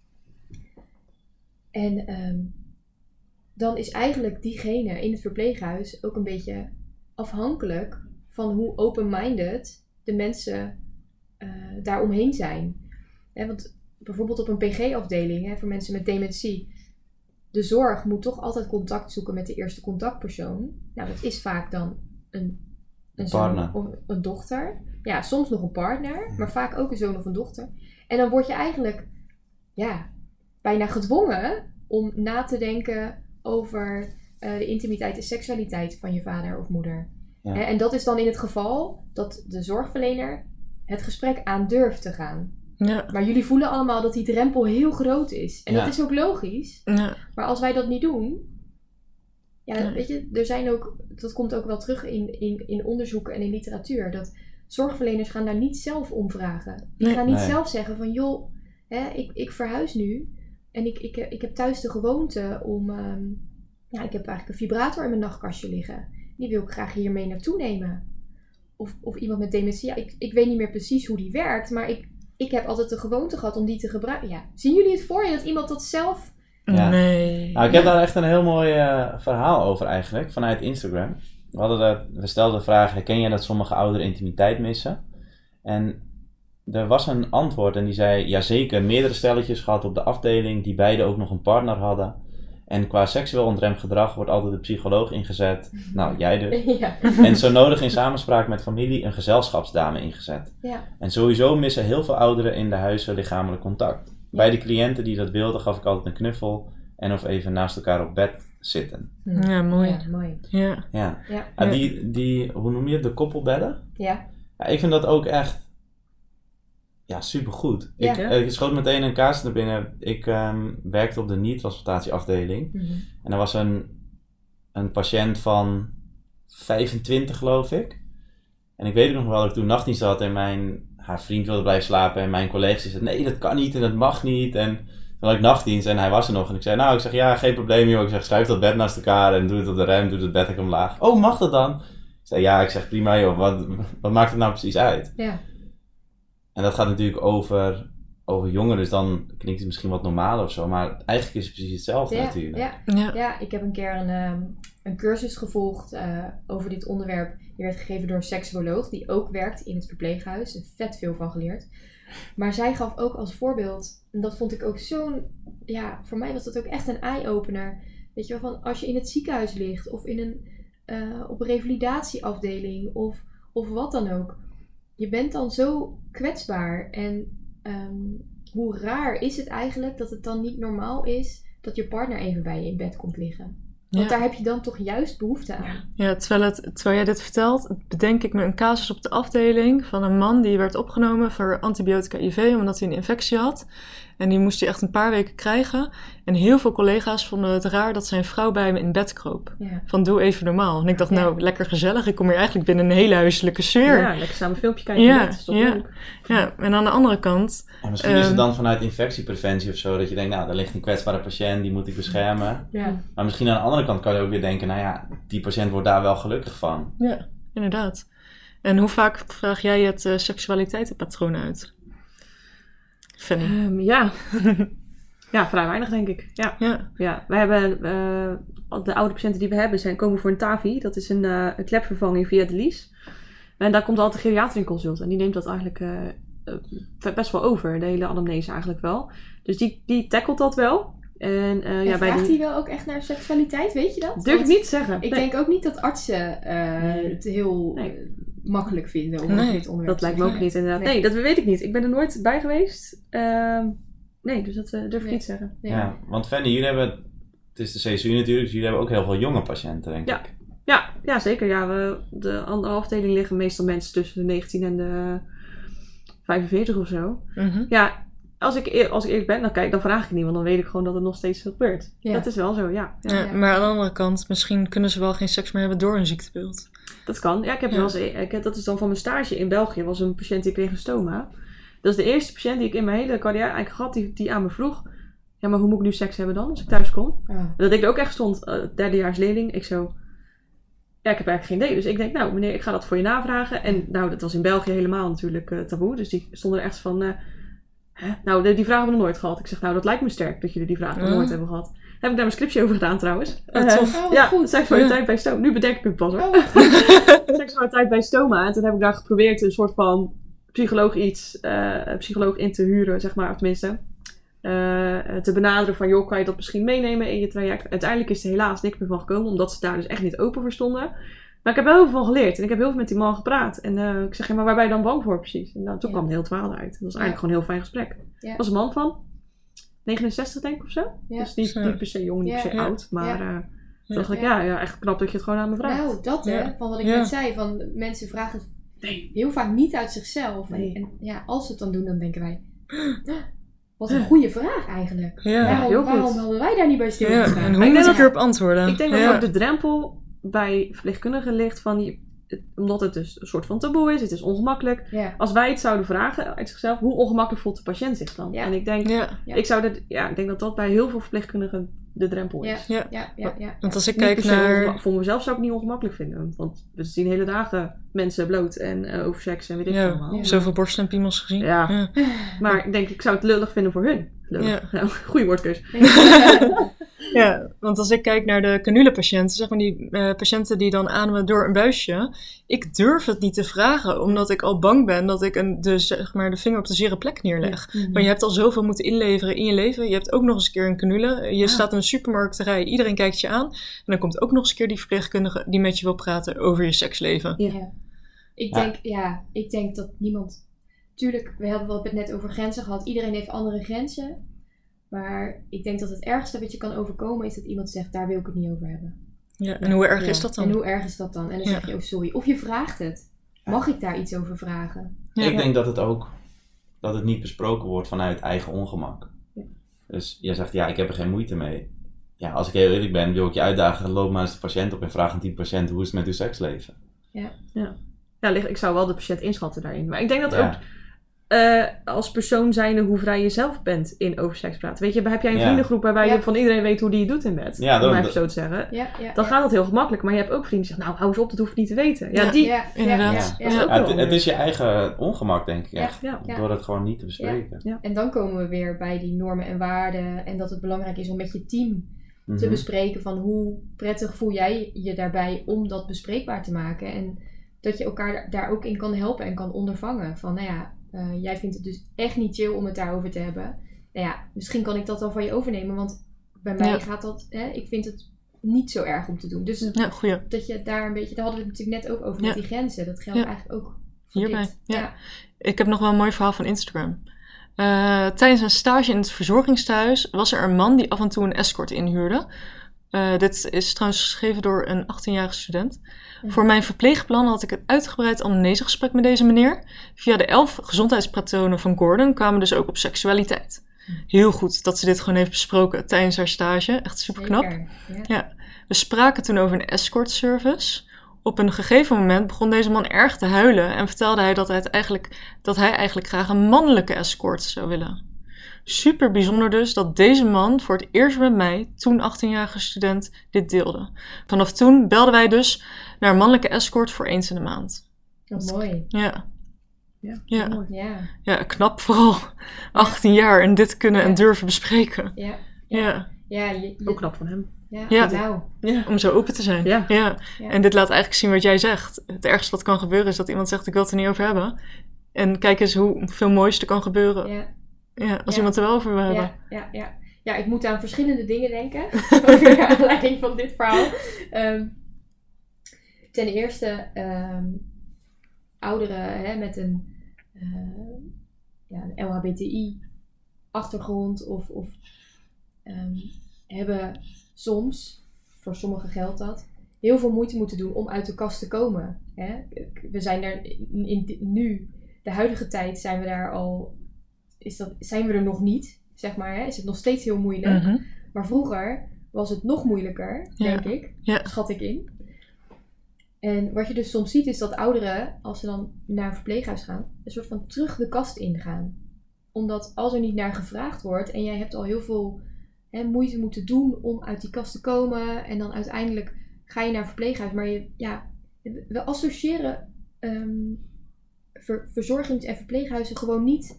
En dan is eigenlijk diegene in het verpleeghuis ook een beetje afhankelijk van hoe open-minded de mensen daaromheen zijn. Want bijvoorbeeld op een PG-afdeling voor mensen met dementie, de zorg moet toch altijd contact zoeken met de eerste contactpersoon. Nou, dat is vaak dan een zoon of een dochter. Ja, soms nog een partner, maar vaak ook een zoon of een dochter. En dan word je eigenlijk, bijna gedwongen om na te denken over de intimiteit en seksualiteit van je vader of moeder. Ja. En dat is dan in het geval dat de zorgverlener het gesprek aan durft te gaan. Ja. Maar jullie voelen allemaal dat die drempel heel groot is. En dat is ook logisch. Ja. Maar als wij dat niet doen... weet je, er zijn ook... Dat komt ook wel terug in onderzoeken en in literatuur. Dat zorgverleners gaan daar niet zelf om vragen. Die gaan niet zelf zeggen van... Joh, ik verhuis nu. En ik heb thuis de gewoonte om... ik heb eigenlijk een vibrator in mijn nachtkastje liggen. Die wil ik graag hiermee naartoe nemen. Of iemand met dementie. Ja, ik weet niet meer precies hoe die werkt. Maar ik heb altijd de gewoonte gehad om die te gebruiken. Ja, zien jullie het voor je dat iemand dat zelf... Ja. Nee. Nou, ik heb daar echt een heel mooi verhaal over eigenlijk, vanuit Instagram. We stelden de vraag, herken jij dat sommige ouderen intimiteit missen? En er was een antwoord en die zei, jazeker, meerdere stelletjes gehad op de afdeling die beide ook nog een partner hadden. En qua seksueel ontremd gedrag wordt altijd de psycholoog ingezet. Nou, jij dus. Ja. En zo nodig in samenspraak met familie een gezelschapsdame ingezet. Ja. En sowieso missen heel veel ouderen in de huizen lichamelijk contact. Bij de cliënten die dat wilden gaf ik altijd een knuffel en of even naast elkaar op bed zitten. Ja, mooi. Ja, mooi. Ja. Ja. Ja. Die, hoe noem je het, de koppelbedden? Ja. Ja, ik vind dat ook echt supergoed. Ja. Ik schoot meteen een kaas naar binnen. Ik werkte op de niet-transplantatieafdeling. Mm-hmm. En er was een patiënt van 25 geloof ik. En ik weet ook nog wel dat ik toen nachtdienst had en haar vriend wilde blijven slapen. En mijn collega's zeiden, nee dat kan niet en dat mag niet. En toen had ik nachtdienst en hij was er nog. En ik zei, ja geen probleem joh. Ik zeg, schuif dat bed naast elkaar en doe het op de rem, doe het bed ook omlaag. Oh, mag dat dan? Ik zei, prima joh, wat maakt het nou precies uit? Ja. En dat gaat natuurlijk over jongeren, dus dan klinkt het misschien wat normaler of zo. Maar eigenlijk is het precies hetzelfde natuurlijk. Ja, ik heb een keer een cursus gevolgd over dit onderwerp. Die werd gegeven door een seksuoloog die ook werkt in het verpleeghuis. Er vet veel van geleerd. Maar zij gaf ook als voorbeeld, en dat vond ik ook voor mij was dat ook echt een eye-opener. Weet je wel, van als je in het ziekenhuis ligt of op een revalidatieafdeling of wat dan ook. Je bent dan zo kwetsbaar en hoe raar is het eigenlijk dat het dan niet normaal is dat je partner even bij je in bed komt liggen. Want daar heb je dan toch juist behoefte aan. Ja, terwijl jij dit vertelt, bedenk ik me een casus op de afdeling van een man die werd opgenomen voor antibiotica IV omdat hij een infectie had. En die moest hij echt een paar weken krijgen. En heel veel collega's vonden het raar dat zijn vrouw bij hem in bed kroop. Ja. Van doe even normaal. En ik dacht, lekker gezellig. Ik kom hier eigenlijk binnen een hele huiselijke sfeer. Ja, lekker samen een filmpje kijken. Dat is toch leuk. Ja, en aan de andere kant... En misschien is het dan vanuit infectiepreventie of zo, dat je denkt, daar ligt een kwetsbare patiënt, die moet ik beschermen. Ja. Maar misschien aan de andere kant kan je ook weer denken, die patiënt wordt daar wel gelukkig van. Ja, inderdaad. En hoe vaak vraag jij het seksualiteitenpatroon uit? Fanny? Ja, vrij weinig denk ik. Ja. Wij hebben, de oude patiënten die we hebben komen voor een TAVI. Dat is een klepvervanging via de lies. En daar komt altijd een geriater in consult. En die neemt dat eigenlijk best wel over. De hele anamnese eigenlijk wel. Dus die tackelt dat wel. En vraagt hij wel ook echt naar seksualiteit, weet je dat? Durf ik niet te zeggen. Ik denk ook niet dat artsen het heel makkelijk vinden om over dit onderwerp dat lijkt me ook niet inderdaad. Nee, dat weet ik niet. Ik ben er nooit bij geweest. Dus dat durf ik niet te zeggen. Nee. Ja, want Fanny, jullie hebben, het is de CSU natuurlijk, dus jullie hebben ook heel veel jonge patiënten, denk ik. Ja, zeker. Ja, de andere afdeling liggen meestal mensen tussen de 19 en de 45 of zo. Mm-hmm. Ja, als ik eerlijk ben, dan vraag ik niet, want dan weet ik gewoon dat het nog steeds gebeurt. Ja. Dat is wel zo, ja. Maar aan de andere kant, misschien kunnen ze wel geen seks meer hebben door een ziektebeeld. Dat kan. Ja, ik heb wel eens, dat is dan van mijn stage in België, was een patiënt die kreeg een stoma. Dat is de eerste patiënt die ik in mijn hele carrière eigenlijk had, die aan me vroeg, ja, maar hoe moet ik nu seks hebben dan, als ik thuis kom? En dat ik er ook echt stond, derdejaarsleerling, ik zo, ja, ik heb eigenlijk geen idee. Dus ik denk, nou meneer, ik ga dat voor je navragen. En nou, dat was in België helemaal natuurlijk taboe, dus die stonden er echt van... Nou, die vraag hebben we nog nooit gehad. Ik zeg, nou, dat lijkt me sterk dat jullie die vraag nog nooit hebben gehad. Heb ik daar mijn scriptie over gedaan trouwens. Goed. Seksualiteit bij stoma. Nu bedenk ik het pas hoor. Seksualiteit bij stoma. En toen heb ik daar geprobeerd een soort van psycholoog in te huren, zeg maar. Of tenminste, te benaderen van, joh, kan je dat misschien meenemen in je traject? Uiteindelijk is er helaas niks meer van gekomen, omdat ze daar dus echt niet open voor stonden. Maar ik heb wel heel veel van geleerd. En ik heb heel veel met die man gepraat. En ik zeg, maar waar ben je dan bang voor precies? En toen kwam het heel het verhaal uit. Dat was eigenlijk gewoon een heel fijn gesprek. Er was een man van 69 denk ik of zo. Ja. Dus niet per se jong, niet per se oud. Maar toen dacht ik, echt knap dat je het gewoon aan me vraagt. Nou, dat hè, van wat ik net zei. Van mensen vragen het heel vaak niet uit zichzelf. Nee. En als ze het dan doen, dan denken wij... Wat een goede vraag eigenlijk. Waarom hadden wij daar niet bij stilgestaan? En hoe moet ik erop antwoorden? Ik denk dat ook de drempel bij verpleegkundigen ligt van... Omdat het dus een soort van taboe is, het is ongemakkelijk. Ja. Als wij het zouden vragen uit zichzelf, hoe ongemakkelijk voelt de patiënt zich dan? Ja. En ik denk, ik denk dat dat bij heel veel verpleegkundigen de drempel is. Ja. Want als ik kijk naar... Voor mezelf zou ik het niet ongemakkelijk vinden. Want we zien hele dagen mensen bloot en over seks en weet ik allemaal. Ja. Zoveel borsten en piemels gezien. Ja. Maar ik zou het lullig vinden voor hun. Goeie woordkeus. Ja, want als ik kijk naar de canule-patiënten, zeg maar die patiënten die dan ademen door een buisje, ik durf het niet te vragen, omdat ik al bang ben dat ik de vinger op de zere plek neerleg. Mm-hmm. Maar je hebt al zoveel moeten inleveren in je leven. Je hebt ook nog eens een keer een canule. Je staat in een supermarkterij, iedereen kijkt je aan. En dan komt ook nog eens een keer die verpleegkundige die met je wil praten over je seksleven. Ja. Ik denk dat niemand... Tuurlijk, we hebben het net over grenzen gehad. Iedereen heeft andere grenzen. Maar ik denk dat het ergste wat je kan overkomen is dat iemand zegt, daar wil ik het niet over hebben. Ja, en hoe erg is dat dan? En hoe erg is dat dan? En dan zeg je, oh sorry. Of je vraagt het. Mag ik daar iets over vragen? Ja. Ik denk dat het niet besproken wordt vanuit eigen ongemak. Ja. Dus jij zegt, ik heb er geen moeite mee. Ja, als ik heel eerlijk ben, wil ik je uitdagen, loop maar eens de patiënt op en vraag aan die patiënt, hoe is het met uw seksleven? Ja, ik zou wel de patiënt inschatten daarin. Maar ik denk dat ook... als persoon zijnde hoe vrij je zelf bent in over seks praten. Weet je, heb jij een vriendengroep waarbij je van iedereen weet hoe die het doet in bed? Om maar even zo te zeggen. Dan gaat dat heel gemakkelijk. Maar je hebt ook vrienden die zeggen, nou hou eens op, dat hoef ik niet te weten. Inderdaad. Het is je eigen ongemak, denk ik echt. Door het gewoon niet te bespreken. Ja. En dan komen we weer bij die normen en waarden. En dat het belangrijk is om met je team te bespreken van hoe prettig voel jij je daarbij om dat bespreekbaar te maken. En dat je elkaar daar ook in kan helpen en kan ondervangen. Van jij vindt het dus echt niet chill om het daarover te hebben. Misschien kan ik dat dan van je overnemen. Want bij mij gaat dat... ik vind het niet zo erg om te doen. Dus dat je daar een beetje... Daar hadden we het natuurlijk net ook over met die grenzen. Dat geldt eigenlijk ook voor hierbij. dit. Ja. Ik heb nog wel een mooi verhaal van Instagram. Tijdens een stage in het verzorgingstehuis was er een man die af en toe een escort inhuurde. Dit is trouwens geschreven door een 18-jarige student. Voor mijn verpleegplan had ik een uitgebreid anamnesegesprek met deze meneer. Via de 11 gezondheidspatronen van Gordon kwamen dus ook op seksualiteit. Heel goed dat ze dit gewoon heeft besproken tijdens haar stage. Echt super knap. Ja. We spraken toen over een escort service. Op een gegeven moment begon deze man erg te huilen en vertelde hij dat hij eigenlijk graag een mannelijke escort zou willen. Super bijzonder dus dat deze man voor het eerst met mij, toen 18-jarige student, dit deelde. Vanaf toen belden wij dus naar een mannelijke escort voor eens in de maand. Wat mooi. Ja, knap vooral. 18 jaar en dit kunnen en durven bespreken. Ook knap van hem. Om zo open te zijn. Ja. En dit laat eigenlijk zien wat jij zegt. Het ergste wat kan gebeuren is dat iemand zegt, ik wil het er niet over hebben. En kijk eens hoeveel moois er kan gebeuren. Als iemand er wel over wil hebben. Ja, ik moet aan verschillende dingen denken. Over de aanleiding van dit verhaal. Ten eerste, ouderen met een LHBTI-achtergrond of hebben soms, voor sommigen geldt dat, heel veel moeite moeten doen om uit de kast te komen. We zijn er nu, de huidige tijd, zijn we daar al... zijn we er nog niet, zeg maar. Is het nog steeds heel moeilijk. Mm-hmm. Maar vroeger was het nog moeilijker, denk ik. Schat ik in. En wat je dus soms ziet is dat ouderen, als ze dan naar een verpleeghuis gaan, een soort van terug de kast ingaan. Omdat als er niet naar gevraagd wordt en jij hebt al heel veel moeite moeten doen om uit die kast te komen. En dan uiteindelijk ga je naar een verpleeghuis. Maar we associëren verzorgings- en verpleeghuizen gewoon niet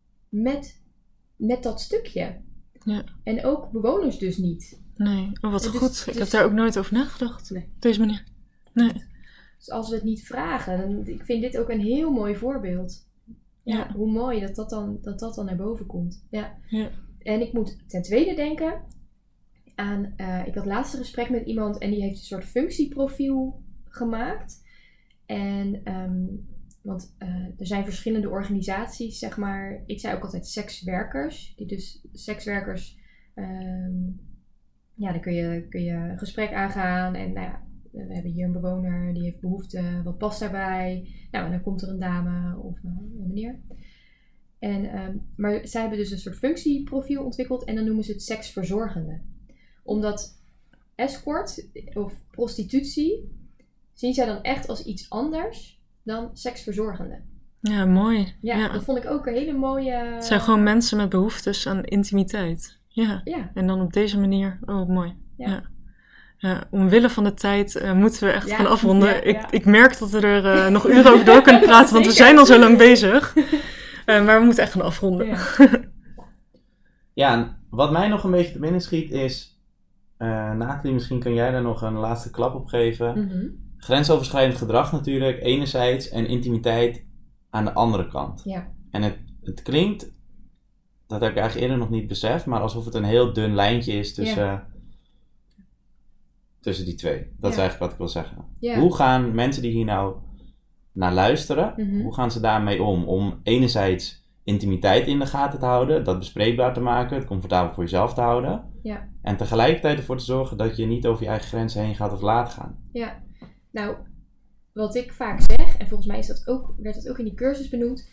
met dat stukje. Ja. En ook bewoners dus niet. Nee, wat goed. Ik heb daar ook nooit over nagedacht. Nee. Op deze manier. Nee. Dus als we het niet vragen, dan, ik vind dit ook een heel mooi voorbeeld. Ja. Hoe mooi dat dan naar boven komt. Ja. En ik moet ten tweede denken aan... ik had laatst een gesprek met iemand en die heeft een soort functieprofiel gemaakt. En Want er zijn verschillende organisaties, zeg maar. Ik zei ook altijd sekswerkers. Die dus sekswerkers, daar kun je een gesprek aangaan. En nou ja, we hebben hier een bewoner die heeft behoefte, wat past daarbij? Nou, en dan komt er een dame of een meneer. Maar zij hebben dus een soort functieprofiel ontwikkeld en dan noemen ze het seksverzorgende. Omdat escort of prostitutie zien zij dan echt als iets anders dan seksverzorgende. Ja, mooi. Ja, dat vond ik ook een hele mooie... Het zijn gewoon mensen met behoeftes aan intimiteit. Ja. En dan op deze manier. Oh, mooi. Ja, omwille van de tijd moeten we echt gaan afronden. Ik merk dat we er nog uren over door kunnen praten, want we zijn al zo lang bezig. Maar we moeten echt gaan afronden. Ja, en wat mij nog een beetje te binnen schiet is... Nathalie, misschien kan jij daar nog een laatste klap op geven. Mm-hmm. Grensoverschrijdend gedrag natuurlijk, enerzijds, en intimiteit aan de andere kant. Ja. En het klinkt, dat heb ik eigenlijk eerder nog niet beseft, maar alsof het een heel dun lijntje is tussen die twee. Dat is eigenlijk wat ik wil zeggen. Ja. Hoe gaan mensen die hier nou naar luisteren, hoe gaan ze daarmee om enerzijds intimiteit in de gaten te houden, dat bespreekbaar te maken, het comfortabel voor jezelf te houden. Ja. En tegelijkertijd ervoor te zorgen dat je niet over je eigen grenzen heen gaat of laat gaan. Ja, nou, wat ik vaak zeg, en volgens mij werd dat ook in die cursus benoemd,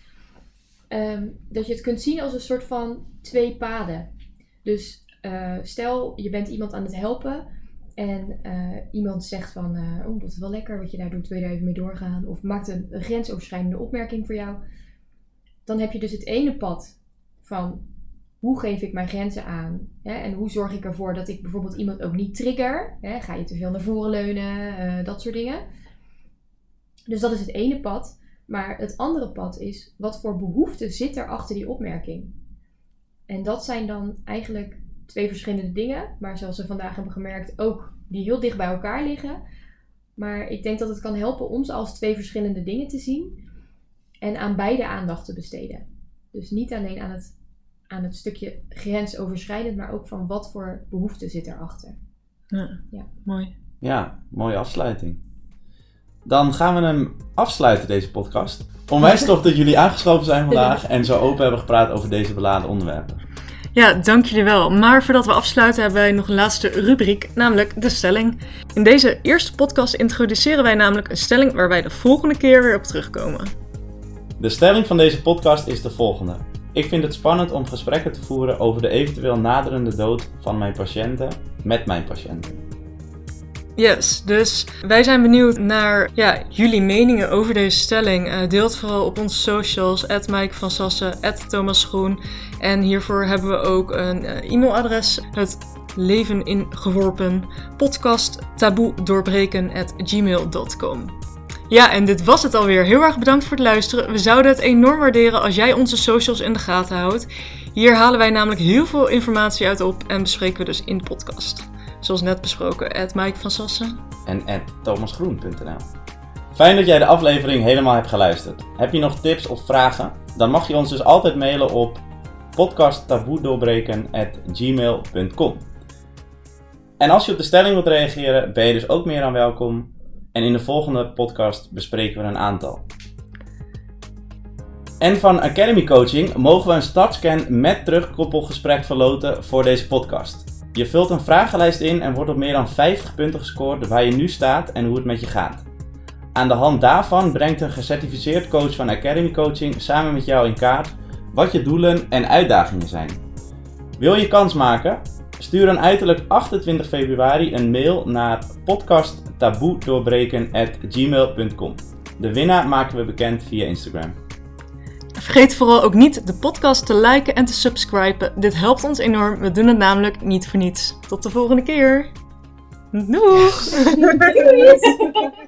dat je het kunt zien als een soort van 2 paden. Dus stel, je bent iemand aan het helpen en iemand zegt van, dat is wel lekker wat je daar doet, wil je daar even mee doorgaan? Of maakt een grensoverschrijdende opmerking voor jou. Dan heb je dus het ene pad van, hoe geef ik mijn grenzen aan? Hè? En hoe zorg ik ervoor dat ik bijvoorbeeld iemand ook niet trigger? Hè? Ga je te veel naar voren leunen? Dat soort dingen. Dus dat is het ene pad. Maar het andere pad is, wat voor behoefte zit er achter die opmerking? En dat zijn dan eigenlijk 2 verschillende dingen. Maar zoals we vandaag hebben gemerkt, ook die heel dicht bij elkaar liggen. Maar ik denk dat het kan helpen om ze als 2 verschillende dingen te zien. En aan beide aandacht te besteden. Dus niet alleen aan het stukje grensoverschrijdend, maar ook van wat voor behoefte zit erachter. Ja, mooi. Ja, mooie afsluiting. Dan gaan we hem afsluiten, deze podcast. Onwijs tof dat jullie aangeschoven zijn vandaag en zo open hebben gepraat over deze beladen onderwerpen. Ja, dank jullie wel. Maar voordat we afsluiten hebben wij nog een laatste rubriek, namelijk de stelling. In deze eerste podcast introduceren wij namelijk een stelling waar wij de volgende keer weer op terugkomen. De stelling van deze podcast is de volgende. Ik vind het spannend om gesprekken te voeren over de eventueel naderende dood van mijn patiënten met mijn patiënten. Yes, dus wij zijn benieuwd naar jullie meningen over deze stelling. Deel het vooral op onze socials, @MikeVanSassen, @ThomasGroen. En hiervoor hebben we ook een e-mailadres, het leveningeworpen podcasttaboedoorbreken@gmail.com. Ja, en dit was het alweer. Heel erg bedankt voor het luisteren. We zouden het enorm waarderen als jij onze socials in de gaten houdt. Hier halen wij namelijk heel veel informatie uit op en bespreken we dus in de podcast. Zoals net besproken, @MikeVanSassen en @thomasgroen.nl. Fijn dat jij de aflevering helemaal hebt geluisterd. Heb je nog tips of vragen? Dan mag je ons dus altijd mailen op podcasttaboedoorbreken@gmail.com. En als je op de stelling wilt reageren, ben je dus ook meer dan welkom. En in de volgende podcast bespreken we een aantal. En van Academy Coaching mogen we een startscan met terugkoppelgesprek verloten voor deze podcast. Je vult een vragenlijst in en wordt op meer dan 50 punten gescoord waar je nu staat en hoe het met je gaat. Aan de hand daarvan brengt een gecertificeerd coach van Academy Coaching samen met jou in kaart wat je doelen en uitdagingen zijn. Wil je kans maken? Stuur dan uiterlijk 28 februari een mail naar podcasttaboedoorbreken@gmail.com. De winnaar maken we bekend via Instagram. Vergeet vooral ook niet de podcast te liken en te subscriben. Dit helpt ons enorm. We doen het namelijk niet voor niets. Tot de volgende keer. Doeg! Doei!